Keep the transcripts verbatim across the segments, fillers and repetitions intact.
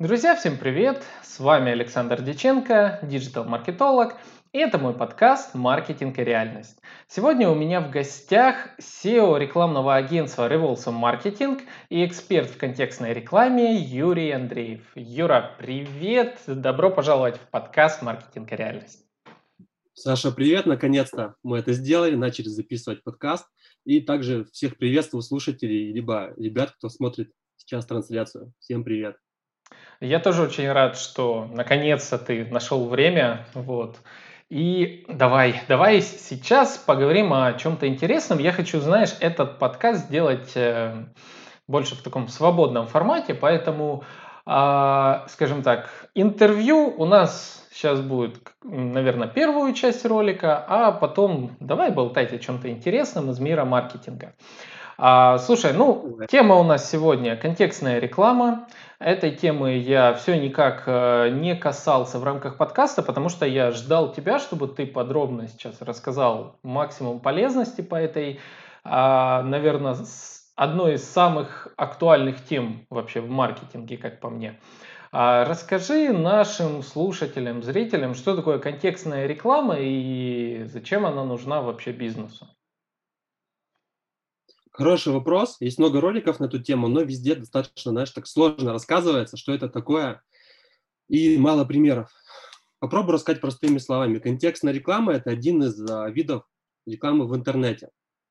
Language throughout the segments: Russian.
Друзья, всем привет! С вами Александр Дьяченко, диджитал-маркетолог, и это мой подкаст «Маркетинг и реальность». Сегодня у меня в гостях си и о рекламного агентства Revolve Marketing и эксперт в контекстной рекламе Юрий Андреев. Юра, привет! Добро пожаловать в подкаст «Маркетинг и реальность». Саша, привет! Наконец-то мы это сделали, начали записывать подкаст. И также всех приветствую слушателей, либо ребят, кто смотрит сейчас трансляцию. Всем привет! Я тоже очень рад, что наконец-то ты нашел время. Вот. И давай, давай сейчас поговорим о чем-то интересном. Я хочу, знаешь, этот подкаст сделать э, больше в таком свободном формате, поэтому, а, скажем так, интервью у нас сейчас будет, наверное, первую часть ролика, а потом давай болтать о чем-то интересном из мира маркетинга. А, слушай, ну, тема у нас сегодня контекстная реклама. Этой темы я все никак э, не касался в рамках подкаста, потому что я ждал тебя, чтобы ты подробно сейчас рассказал максимум полезности по этой, а, наверное, с- одной из самых актуальных тем вообще в маркетинге, как по мне. А, расскажи нашим слушателям, зрителям, что такое контекстная реклама и зачем она нужна вообще бизнесу. Хороший вопрос. Есть много роликов на эту тему, но везде достаточно, знаешь, так сложно рассказывается, что это такое, и мало примеров. Попробую рассказать простыми словами. Контекстная реклама – это один из а, видов рекламы в интернете.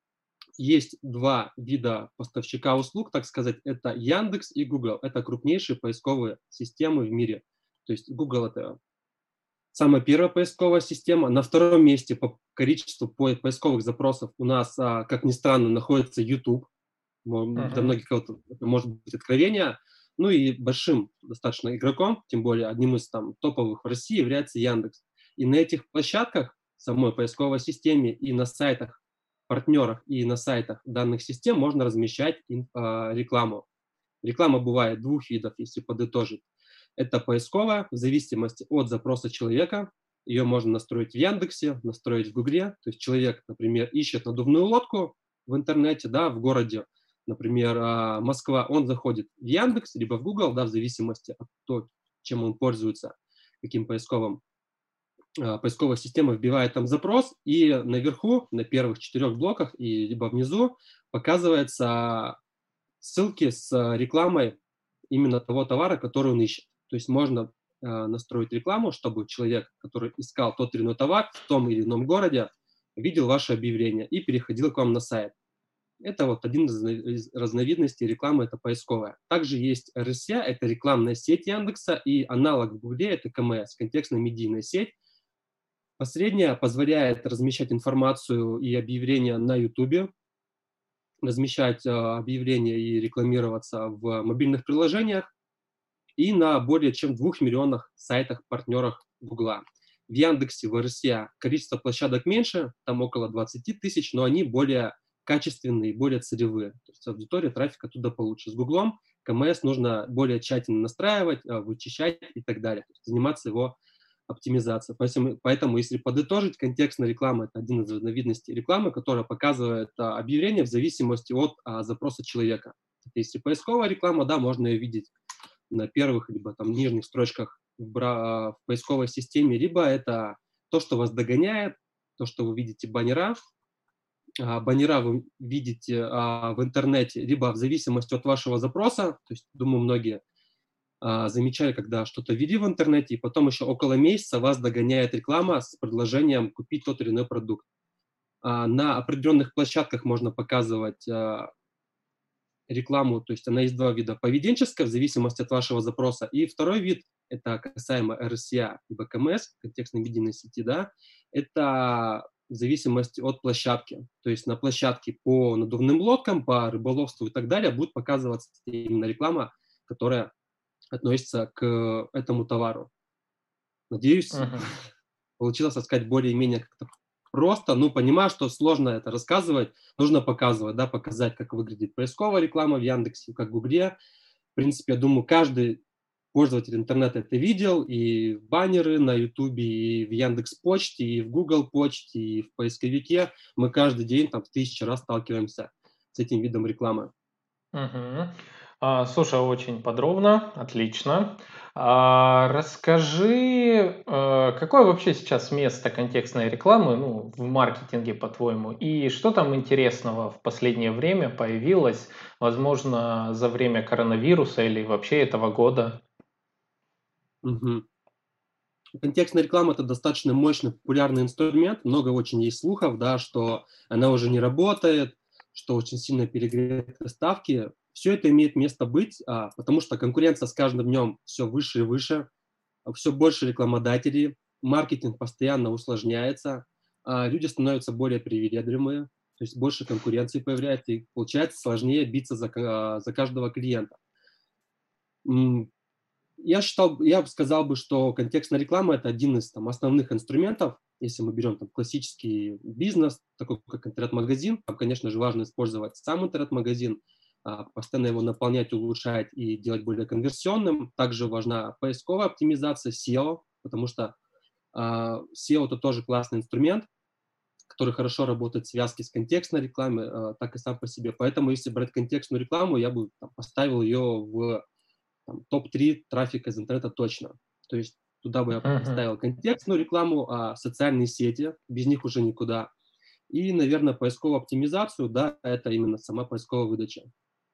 Есть два вида поставщика услуг, так сказать, это Яндекс и Google. Это крупнейшие поисковые системы в мире. То есть Google – это самая первая поисковая система. На втором месте по количеству по- поисковых запросов у нас, а, как ни странно, находится YouTube. Мо- Для Мгм. многих это может быть откровение. Ну и большим достаточно игроком, тем более одним из там топовых в России является Яндекс. И на этих площадках, в самой поисковой системе и на сайтах партнерах и на сайтах данных систем можно размещать ин- а, рекламу. Реклама бывает двух видов, если подытожить. Это поисковая, в зависимости от запроса человека. Ее можно настроить в Яндексе, настроить в Гугле. То есть человек, например, ищет надувную лодку в интернете, да, в городе, например, а, Москва, он заходит в Яндекс, либо в Google, да, в зависимости от того, чем он пользуется, каким поисковым, а, поисковая система вбивает там запрос, и наверху, на первых четырех блоках, и либо внизу показывается ссылки с а, рекламой именно того товара, который он ищет. То есть можно э, настроить рекламу, чтобы человек, который искал тот или иной товар в том или ином городе, видел ваше объявление и переходил к вам на сайт. Это вот один из из разновидностей рекламы, это поисковая. Также есть эр эс я, это рекламная сеть Яндекса, и аналог в Гугле, это ка эм эс, контекстно-медийная сеть. Последняя позволяет размещать информацию и объявления на Ютубе, размещать э, объявления и рекламироваться в мобильных приложениях, и на более чем двух миллионах сайтах-партнерах Гугла. В Яндексе, в эр эс я количество площадок меньше, там около двадцати тысяч, но они более качественные, более целевые. То есть аудитория, трафик оттуда получше. С Гуглом ка эм эс нужно более тщательно настраивать, а, вычищать и так далее. То есть заниматься его оптимизацией. Поэтому, поэтому, если подытожить, контекстная реклама – это один из разновидностей рекламы, которая показывает а, объявление в зависимости от а, запроса человека. Если поисковая реклама, да, можно ее видеть на первых либо там нижних строчках в, бра- в поисковой системе, либо это то, что вас догоняет, то, что вы видите баннера. А, баннера вы видите а, в интернете, либо в зависимости от вашего запроса. То есть, думаю, многие а, замечали, когда что-то ввели в интернете, и потом еще около месяца вас догоняет реклама с предложением купить тот или иной продукт. А, на определенных площадках можно показывать а, рекламу, то есть она есть два вида. Поведенческая, в зависимости от вашего запроса, и второй вид, это касаемо эр эс я либо ка эм эс, контекстной медийной сети, да, это в зависимости от площадки. То есть на площадке по надувным лодкам, по рыболовству и так далее будет показываться именно реклама, которая относится к этому товару. Надеюсь, Мгм. получилось рассказать более-менее как-то просто. Ну, понимаю, что сложно это рассказывать, нужно показывать, да, показать, как выглядит поисковая реклама в Яндексе, как в Гугле. В принципе, я думаю, каждый пользователь интернета это видел, и баннеры на Ютубе, и в Яндекс.Почте, и в Google Почте, и в поисковике. Мы каждый день там в тысячи раз сталкиваемся с этим видом рекламы. Мгм. А, слушай, очень подробно, отлично. А, расскажи, э, какое вообще сейчас место контекстной рекламы, ну, в маркетинге, по-твоему, и что там интересного в последнее время появилось, возможно, за время коронавируса или вообще этого года? Мгм. Контекстная реклама – это достаточно мощный, популярный инструмент. Много очень есть слухов, да, что она уже не работает, что очень сильно перегреты ставки. Все это имеет место быть, а, потому что конкуренция с каждым днем все выше и выше, все больше рекламодателей, маркетинг постоянно усложняется, а, люди становятся более привередливые, то есть больше конкуренции появляется, и получается сложнее биться за, ка- за каждого клиента. М, Я считал, я бы сказал бы, что контекстная реклама – это один из там, основных инструментов. Если мы берем там, классический бизнес, такой как интернет-магазин, там, конечно же, важно использовать сам интернет-магазин, а, постоянно его наполнять, улучшать и делать более конверсионным. Также важна поисковая оптимизация, сео, потому что а, сео – это тоже классный инструмент, который хорошо работает в связке с контекстной рекламой, а, так и сам по себе. Поэтому, если брать контекстную рекламу, я бы там, поставил ее в там, топ три трафика из интернета точно. То есть туда бы я Мгм. поставил контекстную рекламу, а социальные сети, без них уже никуда. И, наверное, поисковую оптимизацию, да, это именно сама поисковая выдача.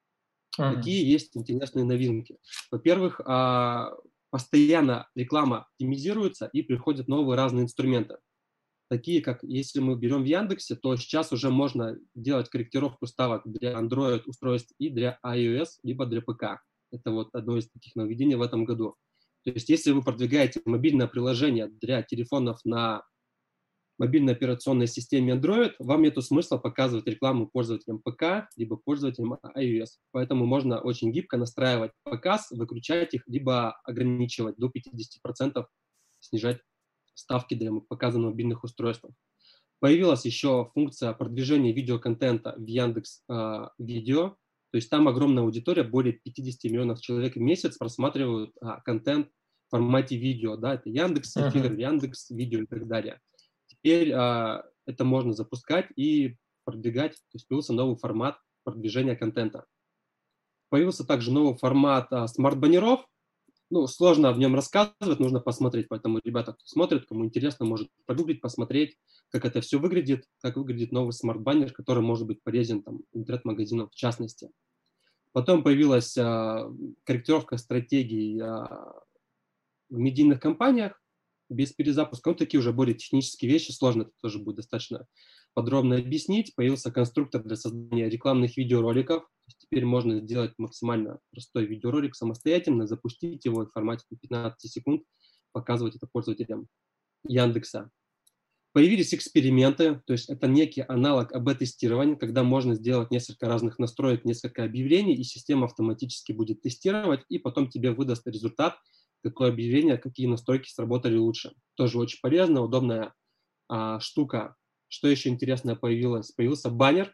Мгм. Какие есть интересные новинки? Во-первых, а, постоянно реклама оптимизируется и приходят новые разные инструменты. Такие как, если мы берем в Яндексе, то сейчас уже можно делать корректировку ставок для Android устройств и для iOS, либо для ПК. Это вот одно из таких нововведений в этом году. То есть если вы продвигаете мобильное приложение для телефонов на мобильной операционной системе Android, вам нет смысла показывать рекламу пользователям ПК, либо пользователям iOS. Поэтому можно очень гибко настраивать показ, выключать их, либо ограничивать до пятидесяти процентов, снижать ставки для показа на мобильных устройствах. Появилась еще функция продвижения видеоконтента в Яндекс а, Видео. То есть там огромная аудитория, более пятидесяти миллионов человек в месяц просматривают а, контент в формате видео. Да, это Яндекс Эфир, Мгм. Яндекс Видео и так далее. Теперь а, это можно запускать и продвигать. То есть появился новый формат продвижения контента. Появился также новый формат а, смарт-баннеров. Ну, сложно в нем рассказывать, нужно посмотреть. Поэтому ребята, кто смотрит, кому интересно, может погуглить, посмотреть, как это все выглядит, как выглядит новый смарт-баннер, который может быть полезен там, интернет-магазинам в частности. Потом появилась а, корректировка стратегий а, в медийных компаниях без перезапуска. Ну, такие уже более технические вещи, сложно это тоже будет достаточно подробно объяснить. Появился конструктор для создания рекламных видеороликов. То есть теперь можно сделать максимально простой видеоролик самостоятельно, запустить его в формате пятнадцать секунд, показывать это пользователям Яндекса. Появились эксперименты, то есть это некий аналог эй би-тестирования, когда можно сделать несколько разных настроек, несколько объявлений, и система автоматически будет тестировать, и потом тебе выдаст результат, какое объявление, какие настройки сработали лучше. Тоже очень полезно, удобная а, штука. Что еще интересное появилось? Появился баннер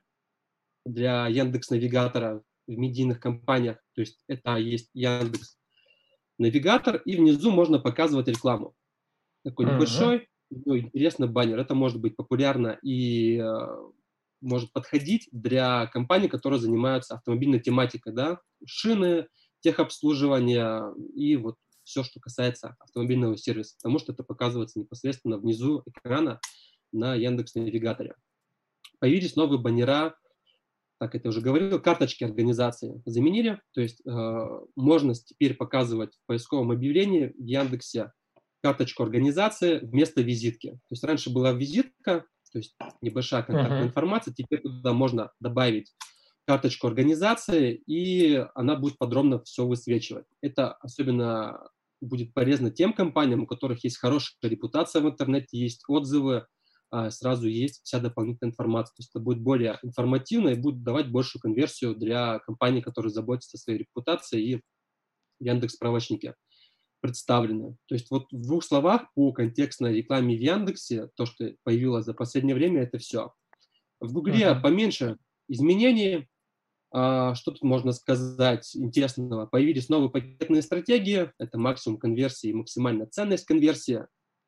для Яндекс Навигатора в медийных компаниях, то есть это есть Яндекс Навигатор, и внизу можно показывать рекламу. Такой Мгм. небольшой, ну, интересный баннер. Это может быть популярно и э, может подходить для компаний, которые занимаются автомобильной тематикой, да, шины, техобслуживание и вот все, что касается автомобильного сервиса, потому что это показывается непосредственно внизу экрана на Яндекс.Навигаторе. Появились новые баннера, так это уже говорил, карточки организации заменили, то есть э, можно теперь показывать в поисковом объявлении в Яндексе карточку организации вместо визитки. То есть раньше была визитка, то есть небольшая контактная Мгм. информация, теперь туда можно добавить карточку организации, и она будет подробно все высвечивать. Это особенно будет полезно тем компаниям, у которых есть хорошая репутация в интернете, есть отзывы, а, сразу есть вся дополнительная информация. То есть это будет более информативно и будет давать большую конверсию для компаний, которые заботятся о своей репутации, и в Яндекс.Справочнике представлены. То есть вот в двух словах по контекстной рекламе в Яндексе, то, что появилось за последнее время, это все. В Гугле Мгм. поменьше изменений. А, Что тут можно сказать интересного? Появились новые пакетные стратегии. Это максимум конверсии и максимальная ценность конверсии.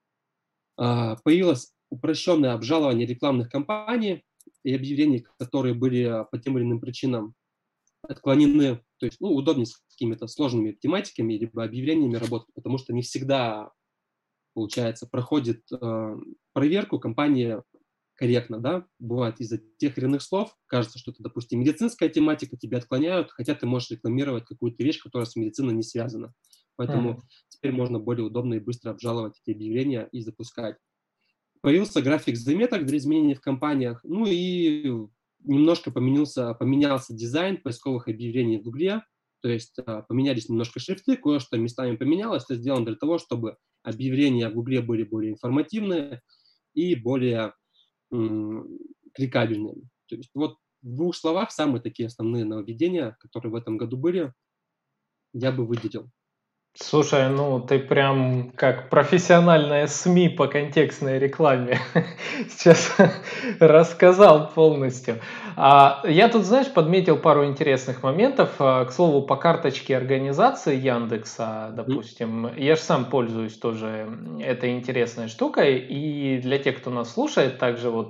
А, Появилось упрощенное обжалование рекламных кампаний и объявлений, которые были по тем или иным причинам отклонены. То есть, ну, удобнее с какими-то сложными тематиками либо объявлениями работать, потому что не всегда, получается, проходит э, проверку компания корректно, да, бывает из-за тех или иных слов, кажется, что это, допустим, медицинская тематика, тебя отклоняют, хотя ты можешь рекламировать какую-то вещь, которая с медициной не связана. Мгм. Поэтому теперь можно более удобно и быстро обжаловать эти объявления и запускать. Появился график заметок для изменений в компаниях, ну и немножко поменялся, поменялся дизайн поисковых объявлений в Гугле, то есть а, поменялись немножко шрифты, кое-что местами поменялось, это сделано для того, чтобы объявления в Гугле были более информативные и более м, кликабельными. То есть вот в двух словах самые такие основные нововведения, которые в этом году были, я бы выделил. Слушай, ну ты прям как профессиональная СМИ по контекстной рекламе сейчас рассказал полностью. А, я тут, знаешь, подметил пару интересных моментов. А, К слову, по карточке организации Яндекса, Мгм. допустим, я же сам пользуюсь тоже м, этой интересной штукой. И для тех, кто нас слушает, также вот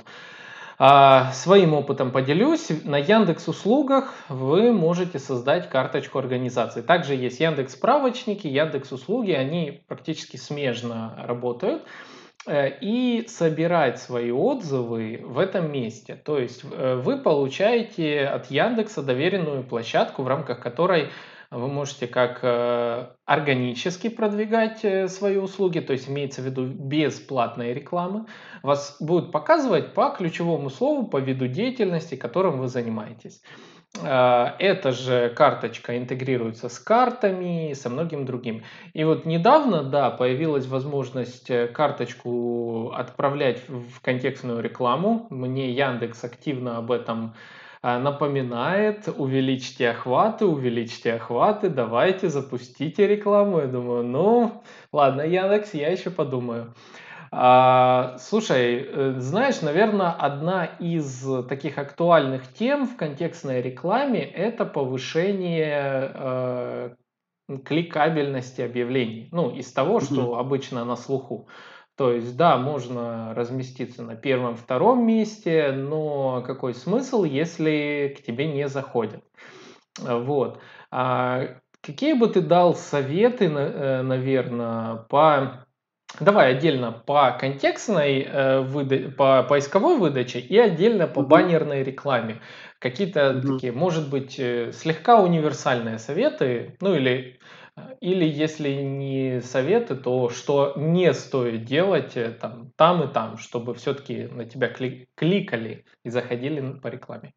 а, своим опытом поделюсь. На Яндекс услугах вы можете создать карточку организации. Также есть Яндекс справочники, Яндекс услуги, они практически смежно работают. Э, И собирать свои отзывы в этом месте. То есть э, вы получаете от Яндекса доверенную площадку, в рамках которой вы можете как э, органически продвигать э, свои услуги, то есть имеется в виду без платной рекламы, вас будут показывать по ключевому слову, по виду деятельности, которым вы занимаетесь. Э, Эта же карточка интегрируется с картами, со многим другим. И вот недавно, да, появилась возможность э, карточку отправлять в в контекстную рекламу. Мне Яндекс активно об этом а, напоминает. Увеличьте охваты, увеличьте охваты, давайте запустите рекламу. Я думаю, ну, ладно, Яндекс, я еще подумаю. А, слушай, э, знаешь, наверное, одна из таких актуальных тем в контекстной рекламе — это повышение э, кликабельности объявлений. Ну, из того, Мгм. что обычно на слуху. То есть, да, можно разместиться на первом, втором месте, но какой смысл, если к тебе не заходят? А, Вот. А какие бы ты дал советы, наверное, по... Давай отдельно по контекстной, э, выда- по поисковой выдаче и отдельно по Мгм. баннерной рекламе. Какие-то Мгм. такие, может быть, э, слегка универсальные советы, ну или, э, или если не советы, то что не стоит делать э, там, там и там, чтобы все-таки на тебя кли- кликали и заходили по рекламе.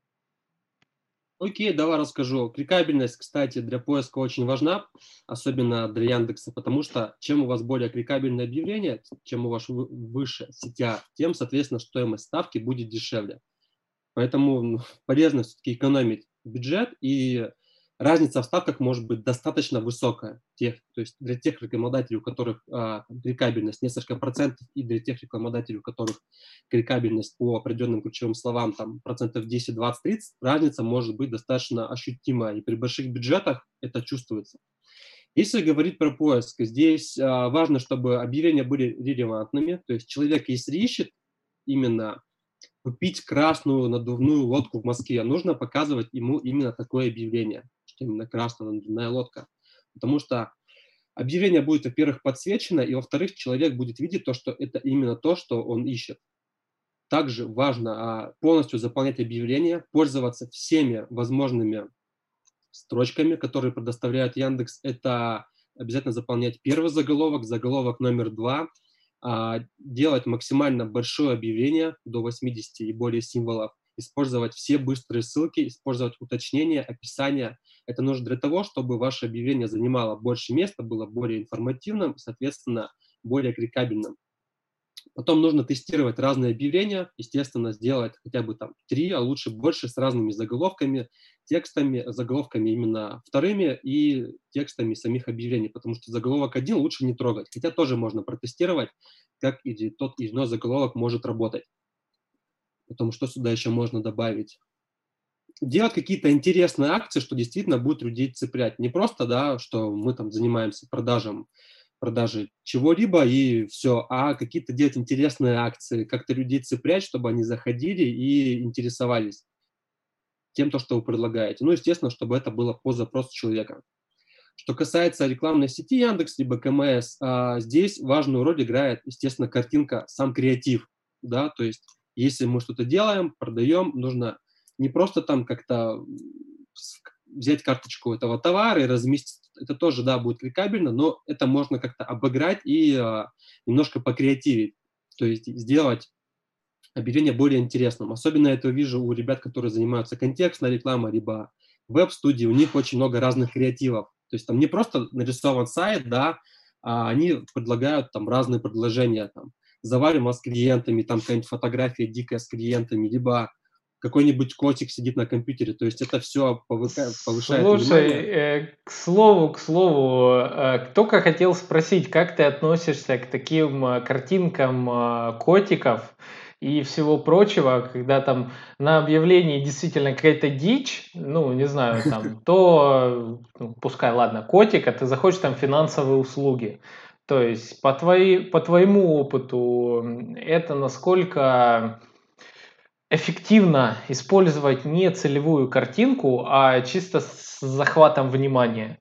Окей, давай расскажу. Кликабельность, кстати, для поиска очень важна, особенно для Яндекса, потому что чем у вас более кликабельное объявление, чем у вас вы- выше си ти ар, тем, соответственно, стоимость ставки будет дешевле. Поэтому ну, полезно все-таки экономить бюджет, и разница в ставках может быть достаточно высокая. Тех, то есть для тех рекламодателей, у которых а, там, кликабельность несколько процентов, и для тех рекламодателей, у которых кликабельность по определенным ключевым словам там, процентов десять, двадцать, тридцать, разница может быть достаточно ощутимая. И при больших бюджетах это чувствуется. Если говорить про поиск, здесь а, важно, чтобы объявления были релевантными, то есть человек, если ищет именно купить красную надувную лодку в Москве, нужно показывать ему именно такое объявление, что именно красная надувная лодка. Потому что объявление будет, во-первых, подсвечено, и, во-вторых, человек будет видеть то, что это именно то, что он ищет. Также важно а, полностью заполнять объявление, пользоваться всеми возможными строчками, которые предоставляет Яндекс. Это обязательно заполнять первый заголовок, заголовок номер два, а, делать максимально большое объявление до восьмидесяти и более символов, использовать все быстрые ссылки, использовать уточнения, описания. Это нужно для того, чтобы ваше объявление занимало больше места, было более информативным, соответственно, более кликабельным. Потом нужно тестировать разные объявления, естественно, сделать хотя бы там три, а лучше больше, с разными заголовками, текстами, заголовками именно вторыми и текстами самих объявлений, потому что заголовок один лучше не трогать, хотя тоже можно протестировать, как и тот или иной заголовок может работать. Потому что сюда еще можно добавить. Делать какие-то интересные акции, что действительно будет людей цеплять. Не просто, да, что мы там занимаемся продажем, продажей чего-либо и все, а какие-то делать интересные акции, как-то людей цеплять, чтобы они заходили и интересовались тем, то, что вы предлагаете. Ну, естественно, чтобы это было по запросу человека. Что касается рекламной сети Яндекс, либо КМС, а, здесь важную роль играет, естественно, картинка, сам креатив, да, то есть если мы что-то делаем, продаем, нужно не просто там как-то взять карточку этого товара и разместить. Это тоже, да, будет кликабельно, но это можно как-то обыграть и а, немножко покреативить, то есть сделать объявление более интересным. Особенно я это вижу у ребят, которые занимаются контекстной рекламой, либо веб-студии, у них очень много разных креативов. То есть там не просто нарисован сайт, да, а они предлагают там разные предложения, там, завалим вас клиентами, там какая-нибудь фотография дикая с клиентами, либо какой-нибудь котик сидит на компьютере. То есть это все повышает Слушай, внимание. э, к слову, к слову, э, только хотел спросить, как ты относишься к таким э, картинкам э, котиков и всего прочего, когда там на объявлении действительно какая-то дичь, ну, не знаю, там, то, ну, пускай, ладно, котик, а ты заходишь там финансовые услуги. То есть по твоей, по твоему опыту м, это насколько эффективно использовать не целевую картинку, а чисто с захватом внимания?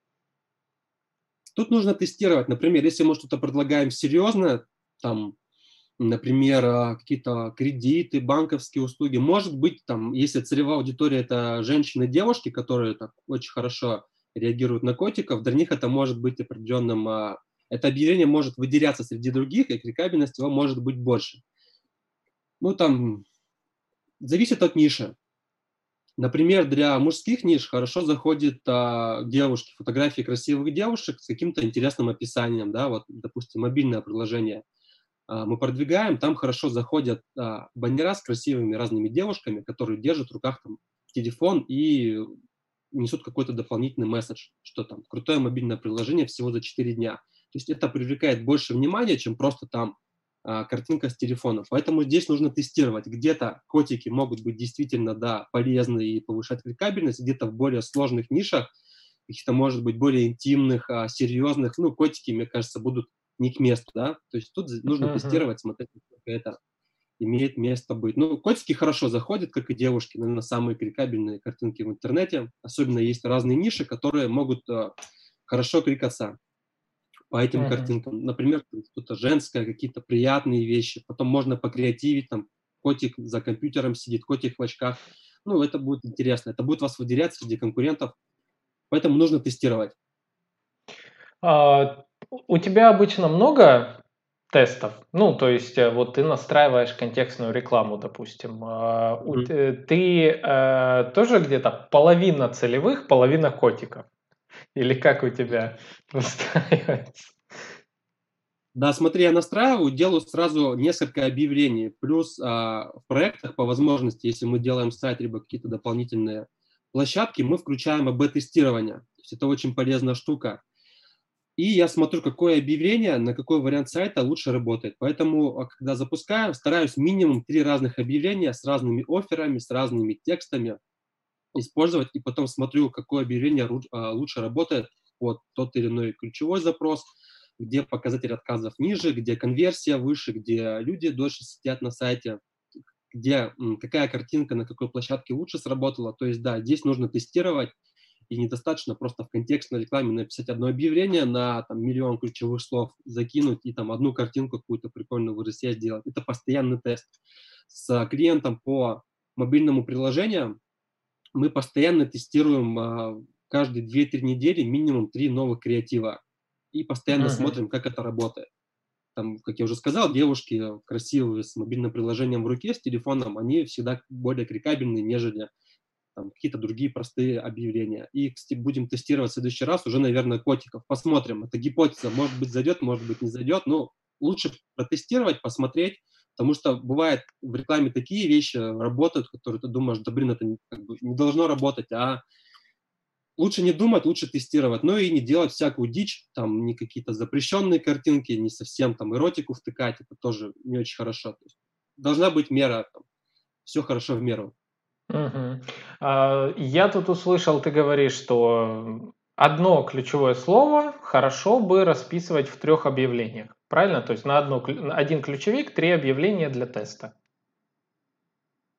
Тут нужно тестировать. Например, если мы что-то предлагаем серьезное, там, например, а, какие-то кредиты, банковские услуги. Может быть, там, если целевая аудитория – это женщины, девушки, которые так очень хорошо реагируют на котиков, для них это может быть определенным… а, Это объявление может выделяться среди других, и кликабельность его может быть больше. Ну, там, зависит от ниши. Например, для мужских ниш хорошо заходит а, девушки, фотографии красивых девушек с каким-то интересным описанием, да, вот, допустим, мобильное приложение а, мы продвигаем, там хорошо заходят а, баннера с красивыми разными девушками, которые держат в руках там телефон и несут какой-то дополнительный месседж, что там крутое мобильное приложение всего за четыре дня. То есть это привлекает больше внимания, чем просто там а, картинка с телефона. Поэтому здесь нужно тестировать. Где-то котики могут быть действительно, да, полезны и повышать кликабельность, где-то в более сложных нишах, каких-то, может быть, более интимных, а, серьезных, ну, котики, мне кажется, будут не к месту, да. То есть тут нужно Мгм. тестировать, смотреть, насколько это имеет место быть. Ну, котики хорошо заходят, как и девушки, наверное, самые кликабельные картинки в интернете. Особенно есть разные ниши, которые могут а, хорошо кликаться по этим Мгм. картинкам. Например, там что-то женское, какие-то приятные вещи. Потом можно покреативить, там, котик за компьютером сидит, котик в очках. Ну, это будет интересно. Это будет вас выделять среди конкурентов. Поэтому нужно тестировать. А, у тебя обычно много тестов? Ну, то есть, э, вот ты настраиваешь контекстную рекламу, допустим. А, у Мгм. т- ты э, тоже где-то половина целевых, половина котиков? Или как у тебя выстраивается? Да, смотри, я настраиваю, делаю сразу несколько объявлений. Плюс а, в проектах по возможности, если мы делаем сайт, либо какие-то дополнительные площадки, мы включаем эй би-тестирование. То есть это очень полезная штука. И я смотрю, какое объявление, на какой вариант сайта лучше работает. Поэтому, а, когда запускаю, стараюсь минимум три разных объявления с разными офферами, с разными текстами использовать. И потом смотрю, какое объявление ру- а, лучше работает под тот или иной ключевой запрос, где показатель отказов ниже, где конверсия выше, где люди дольше сидят на сайте, где м, какая картинка на какой площадке лучше сработала. То есть, да, здесь нужно тестировать, и недостаточно просто в контекстной рекламе написать одно объявление на там, миллион ключевых слов, закинуть и там одну картинку какую-то прикольную в эр эс е сделать. Это постоянный тест. С клиентом по мобильному приложению мы постоянно тестируем а, каждые две-три недели минимум три новых креатива и постоянно Мгм. смотрим, как это работает. Там, как я уже сказал, девушки красивые с мобильным приложением в руке, с телефоном, они всегда более кликабельные, нежели там, какие-то другие простые объявления. И кстати, будем тестировать в следующий раз уже, наверное, котиков. Посмотрим. Это гипотеза. Может быть, зайдет, может быть, не зайдет. Но лучше протестировать, посмотреть, потому что бывает в рекламе такие вещи работают, которые ты думаешь, да блин, это не, как бы, не должно работать, а лучше не думать, лучше тестировать. Ну и не делать всякую дичь, там, не какие-то запрещенные картинки, не совсем там эротику втыкать, это тоже не очень хорошо. То есть должна быть мера, там, все хорошо в меру. Мгм. А, я тут услышал, ты говоришь, что одно ключевое слово хорошо бы расписывать в трех объявлениях. Правильно? То есть на одно, клю- на один ключевик, три объявления для теста.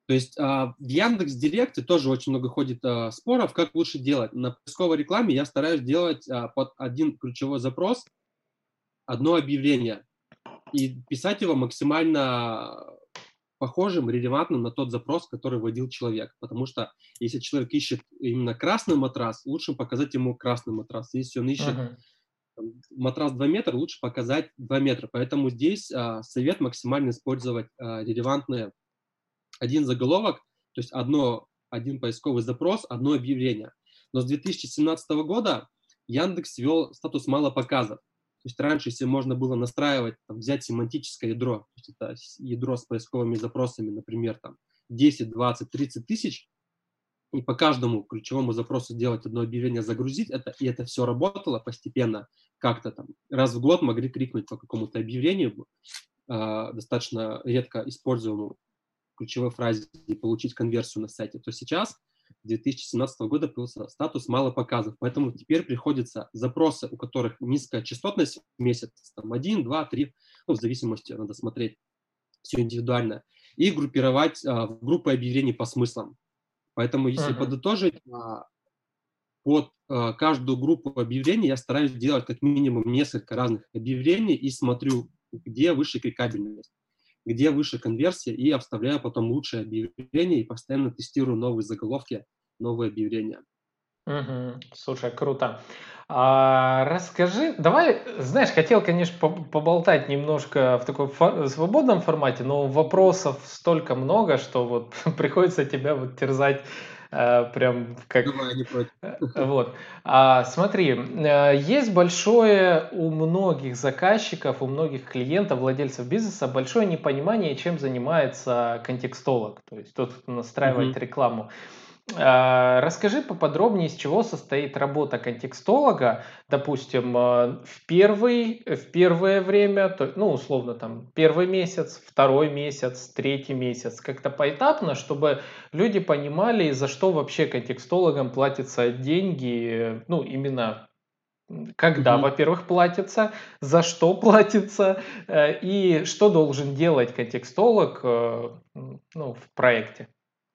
То есть а, в Яндекс.Директе тоже очень много ходит а, споров, как лучше делать. На поисковой рекламе я стараюсь делать а, под один ключевой запрос одно объявление и писать его максимально похожим, релевантным на тот запрос, который вводил человек. Потому что если человек ищет именно красный матрас, лучше показать ему красный матрас. Если он ищет Мгм. там, матрас два метра, лучше показать два метра. Поэтому здесь а, совет максимально использовать а, релевантные один заголовок, то есть одно, один поисковый запрос, одно объявление. Но с две тысячи семнадцатого года Яндекс ввел статус мало показов. То есть раньше, если можно было настраивать, там, взять семантическое ядро, то есть это ядро с поисковыми запросами, например, там десять, двадцать, тридцать тысяч, и по каждому ключевому запросу делать одно объявление, загрузить это, и это все работало постепенно, как-то там раз в год могли кликнуть по какому-то объявлению, э, достаточно редко используемому ключевой фразе и получить конверсию на сайте, то сейчас, с две тысячи семнадцатого года, появился статус мало показов. Поэтому теперь приходится запросы, у которых низкая частотность в месяц, там один, два, три, ну, в зависимости, надо смотреть, все индивидуально, и группировать а, в группы объявлений по смыслам. Поэтому, если Мгм. подытожить, а, под а, каждую группу объявлений я стараюсь делать как минимум несколько разных объявлений и смотрю, где выше кликабельность, где выше конверсия, и обставляю потом лучшие объявления и постоянно тестирую новые заголовки, новые объявления. Мгм. Слушай, круто. А, расскажи, давай, знаешь, хотел, конечно, по- поболтать немножко в таком фо- свободном формате, но вопросов столько много, что вот приходится тебя вот терзать э, прям как... Давай, не против. э, Вот. А, смотри, э, есть большое у многих заказчиков, у многих клиентов, владельцев бизнеса большое непонимание, чем занимается контекстолог, то есть тот, кто настраивает Мгм. рекламу. А, Расскажи поподробнее, из чего состоит работа контекстолога, допустим, а, в первый, в первое время, то- ну, условно, там, первый месяц, второй месяц, третий месяц, как-то поэтапно, чтобы люди понимали, за что вообще контекстологам платятся деньги, ну, именно м, когда, Мгм. во-первых, платятся, за что платится, э, и что должен делать контекстолог, э, м, ну, в проекте.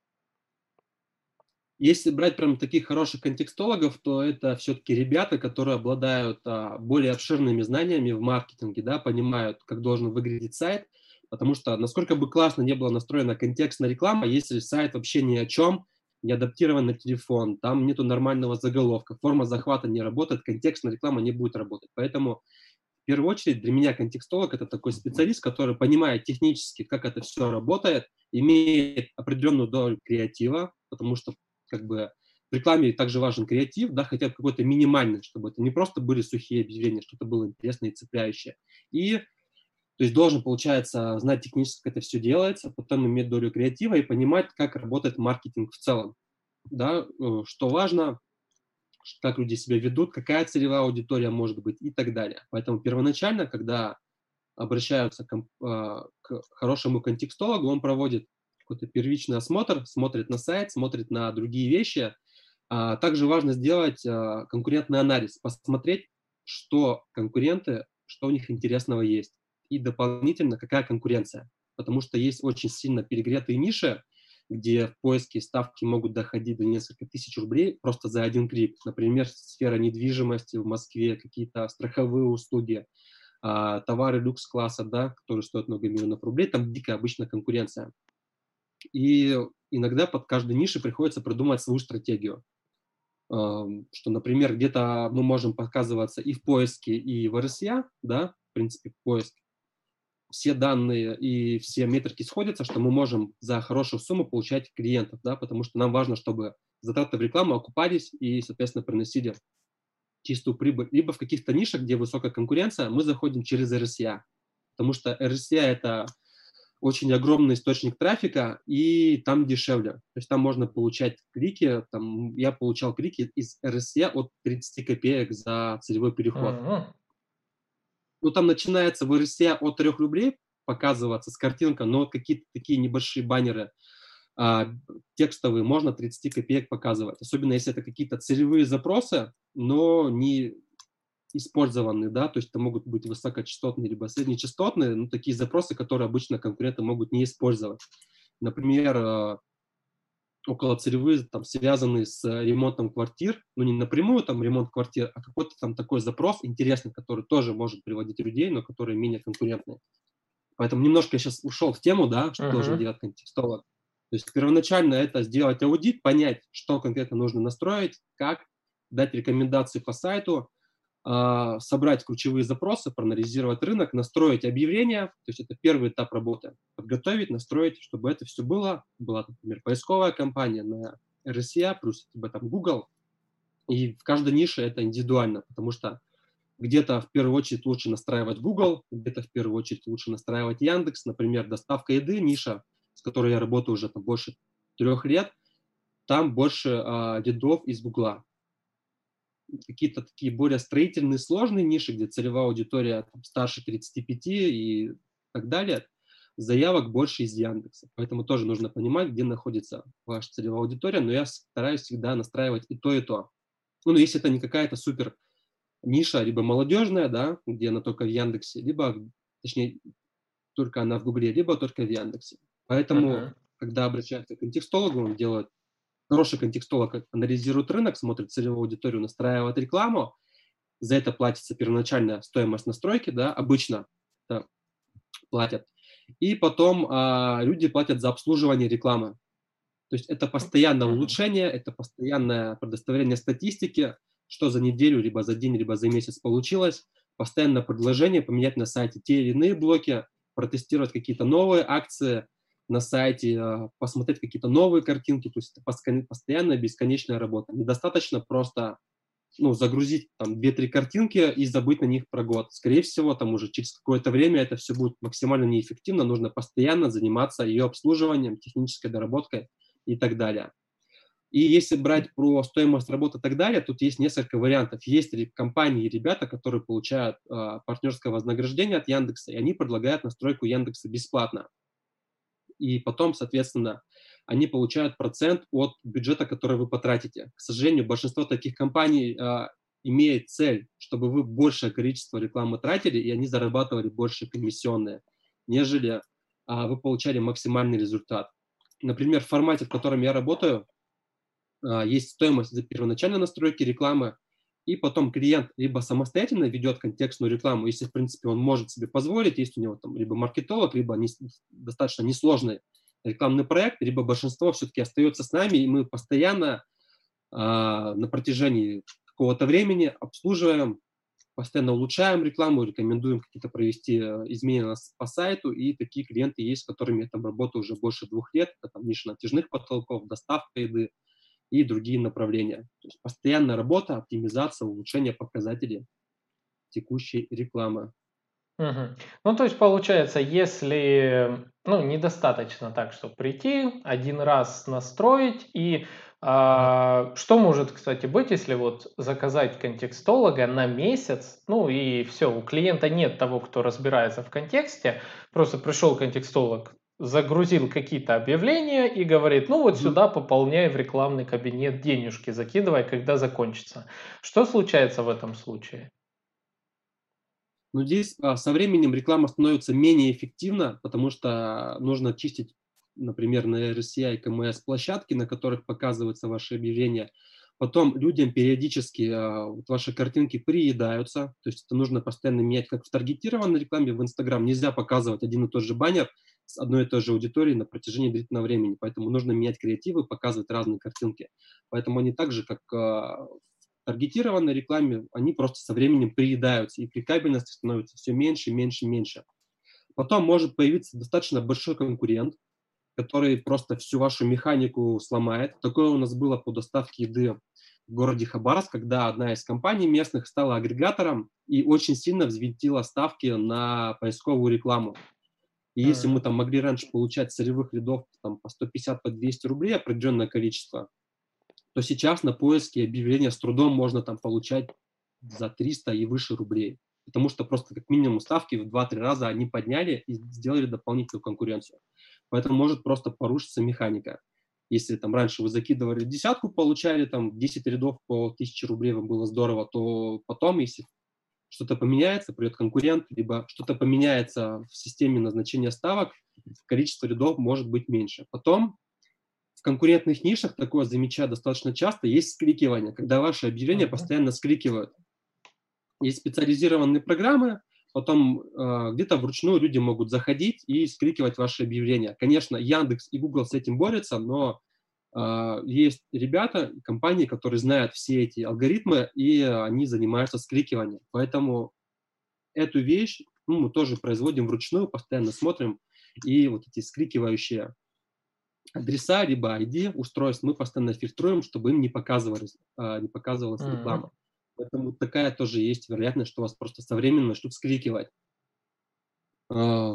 Если брать прям таких хороших контекстологов, то это все-таки ребята, которые обладают а, более обширными знаниями в маркетинге, да, понимают, как должен выглядеть сайт, потому что насколько бы классно не была настроена контекстная реклама, если сайт вообще ни о чем, не адаптирован на телефон, там нету нормального заголовка, форма захвата не работает, контекстная реклама не будет работать. Поэтому в первую очередь для меня контекстолог — это такой специалист, который понимает технически, как это все работает, имеет определенную долю креатива, потому что как бы в рекламе также важен креатив, да, хотя бы какой-то минимальный, чтобы это не просто были сухие объявления, что-то было интересное и цепляющее. И то есть должен, получается, знать технически, как это все делается, потом иметь долю креатива и понимать, как работает маркетинг в целом. Да, э, что важно, как люди себя ведут, какая целевая аудитория может быть и так далее. Поэтому первоначально, когда обращаются к, а, к хорошему контекстологу, он проводит какой-то первичный осмотр, смотрит на сайт, смотрит на другие вещи. А также важно сделать а, конкурентный анализ, посмотреть, что конкуренты, что у них интересного есть. И дополнительно, какая конкуренция. Потому что есть очень сильно перегретые ниши, где в поиске ставки могут доходить до нескольких тысяч рублей просто за один клик. Например, сфера недвижимости в Москве, какие-то страховые услуги, а, товары люкс-класса, да, которые стоят много миллионов рублей, там дикая обычно конкуренция. И иногда под каждой нишей приходится придумать свою стратегию. Ам, Что, например, где-то мы можем показываться и в поиске, и в эр эс я, да, в принципе, поиск. Все данные и все метрики сходятся, что мы можем за хорошую сумму получать клиентов, да, потому что нам важно, чтобы затраты в рекламу окупались и, соответственно, приносили чистую прибыль. Либо в каких-то нишах, где высокая конкуренция, мы заходим через эр эс я, потому что эр эс я — это очень огромный источник трафика, и там дешевле. То есть там можно получать клики. Там, я получал клики из эр эс я от тридцати копеек за целевой переход. Мгм. Ну, там начинается в эр эс я от трех рублей показываться с картинкой, но вот какие-то такие небольшие баннеры а, текстовые можно тридцать копеек показывать. Особенно если это какие-то целевые запросы, но не использованы, да, то есть это могут быть высокочастотные либо среднечастотные, ну, такие запросы, которые обычно конкуренты могут не использовать. например, э, околоцелевые, там, связанные с ремонтом квартир, ну, не напрямую там ремонт квартир, а какой-то там такой запрос интересный, который тоже может приводить людей, но который менее конкурентный. Поэтому немножко я сейчас ушел в тему, да, что должен Мгм. делать контекстолог. То есть первоначально это сделать аудит, понять, что конкретно нужно настроить, как, дать рекомендации по сайту, а, собрать ключевые запросы, проанализировать рынок, настроить объявления. То есть это первый этап работы. Подготовить, настроить, чтобы это все было. Была, например, поисковая кампания на эр эс и эй, плюс об этом Google. И в каждой нише это индивидуально, потому что где-то в первую очередь лучше настраивать Google, где-то в первую очередь лучше настраивать Яндекс. Например, доставка еды, ниша, с которой я работаю уже там больше трех лет, там больше а, рядов из Гугла. Какие-то такие более строительные, сложные ниши, где целевая аудитория там, старше тридцати пяти и так далее, заявок больше из Яндекса. Поэтому тоже нужно понимать, где находится ваша целевая аудитория, но я стараюсь всегда настраивать и то, и то. Ну, но если это не какая-то супер ниша, либо молодежная, да, где она только в Яндексе, либо, точнее, только она в Гугле, либо только в Яндексе. Поэтому, Мгм. когда обращаются к контекстологу, он делает, хороший контекстолог анализирует рынок, смотрит целевую аудиторию, настраивает рекламу, за это платится первоначальная стоимость настройки, да, обычно да, платят. И потом а, люди платят за обслуживание рекламы. То есть это постоянное Мгм. улучшение, это постоянное предоставление статистики, что за неделю, либо за день, либо за месяц получилось, постоянное предложение, поменять на сайте те или иные блоки, протестировать какие-то новые акции на сайте, а, посмотреть какие-то новые картинки, то есть это постоянная бесконечная работа. Недостаточно просто ну, загрузить там две-три картинки и забыть на них про год. Скорее всего, там уже через какое-то время это все будет максимально неэффективно, нужно постоянно заниматься ее обслуживанием, технической доработкой и так далее. И если брать про стоимость работы и так далее, тут есть несколько вариантов. Есть компании и ребята, которые получают э, партнерское вознаграждение от Яндекса, и они предлагают настройку Яндекса бесплатно. И потом, соответственно, они получают процент от бюджета, который вы потратите. К сожалению, большинство таких компаний э, имеет цель, чтобы вы большее количество рекламы тратили, и они зарабатывали больше комиссионные, нежели э, вы получали максимальный результат. Например, в формате, в котором я работаю, а, есть стоимость за первоначальной настройки рекламы, и потом клиент либо самостоятельно ведет контекстную рекламу, если, в принципе, он может себе позволить, есть у него там либо маркетолог, либо не, достаточно несложный рекламный проект, либо большинство все-таки остается с нами, и мы постоянно а, на протяжении какого-то времени обслуживаем, постоянно улучшаем рекламу, рекомендуем какие-то провести э, изменения по сайту, и такие клиенты есть, с которыми я там работаю уже больше двух лет, это там ниша натяжных потолков, доставка еды, и другие направления. То есть постоянная работа, оптимизация, улучшение показателей текущей рекламы. Мгм. Ну, то есть, получается, если, ну, недостаточно так, что прийти, один раз настроить, и Ага. а, что может, кстати, быть, если вот заказать контекстолога на месяц, ну, и все, у клиента нет того, кто разбирается в контексте, просто пришел контекстолог, загрузил какие-то объявления и говорит, ну, вот Мгм. сюда пополняй в рекламный кабинет денежки, закидывай, когда закончится. Что случается в этом случае? Но здесь а, со временем реклама становится менее эффективна, потому что нужно чистить, например, на эр эс и эй, ка эм эс площадки, на которых показываются ваши объявления. Потом людям периодически а, вот ваши картинки приедаются, то есть это нужно постоянно менять, как в таргетированной рекламе в Инстаграм. Нельзя показывать один и тот же баннер с одной и той же аудиторией на протяжении длительного времени, поэтому нужно менять креативы, показывать разные картинки. Поэтому они так же, как а, таргетированной рекламе, они просто со временем приедаются, и кликабельность становится все меньше, меньше, меньше. Потом может появиться достаточно большой конкурент, который просто всю вашу механику сломает. Такое у нас было по доставке еды в городе Хабаровск, когда одна из компаний местных стала агрегатором и очень сильно взвинтила ставки на поисковую рекламу. И если мы М. там могли раньше получать с целевых рядов там, по сто пятьдесят, по двести рублей определенное количество, то сейчас на поиске объявления с трудом можно там получать за триста и выше рублей. Потому что просто как минимум ставки в два-три раза они подняли и сделали дополнительную конкуренцию. Поэтому может просто порушиться механика. Если там раньше вы закидывали десятку, получали там десять рядов по тысяче рублей, вам было здорово, то потом, если что-то поменяется, придет конкурент, либо что-то поменяется в системе назначения ставок, количество рядов может быть меньше. Потом в конкурентных нишах, такое замечаю достаточно часто, есть скрикивание, когда ваши объявления Мгм. постоянно скрикивают. Есть специализированные программы, потом э, где-то вручную люди могут заходить и скрикивать ваши объявления. Конечно, Яндекс и Google с этим борются, но э, есть ребята, компании, которые знают все эти алгоритмы, и они занимаются скрикиванием. Поэтому эту вещь ну, мы тоже производим вручную, постоянно смотрим, и вот эти скрикивающие адреса, либо ай ди устройств мы постоянно фильтруем, чтобы им не показывалась, э, не показывалась Мгм. реклама. Поэтому такая тоже есть вероятность, что вас просто со временем начнут скрикивать. А,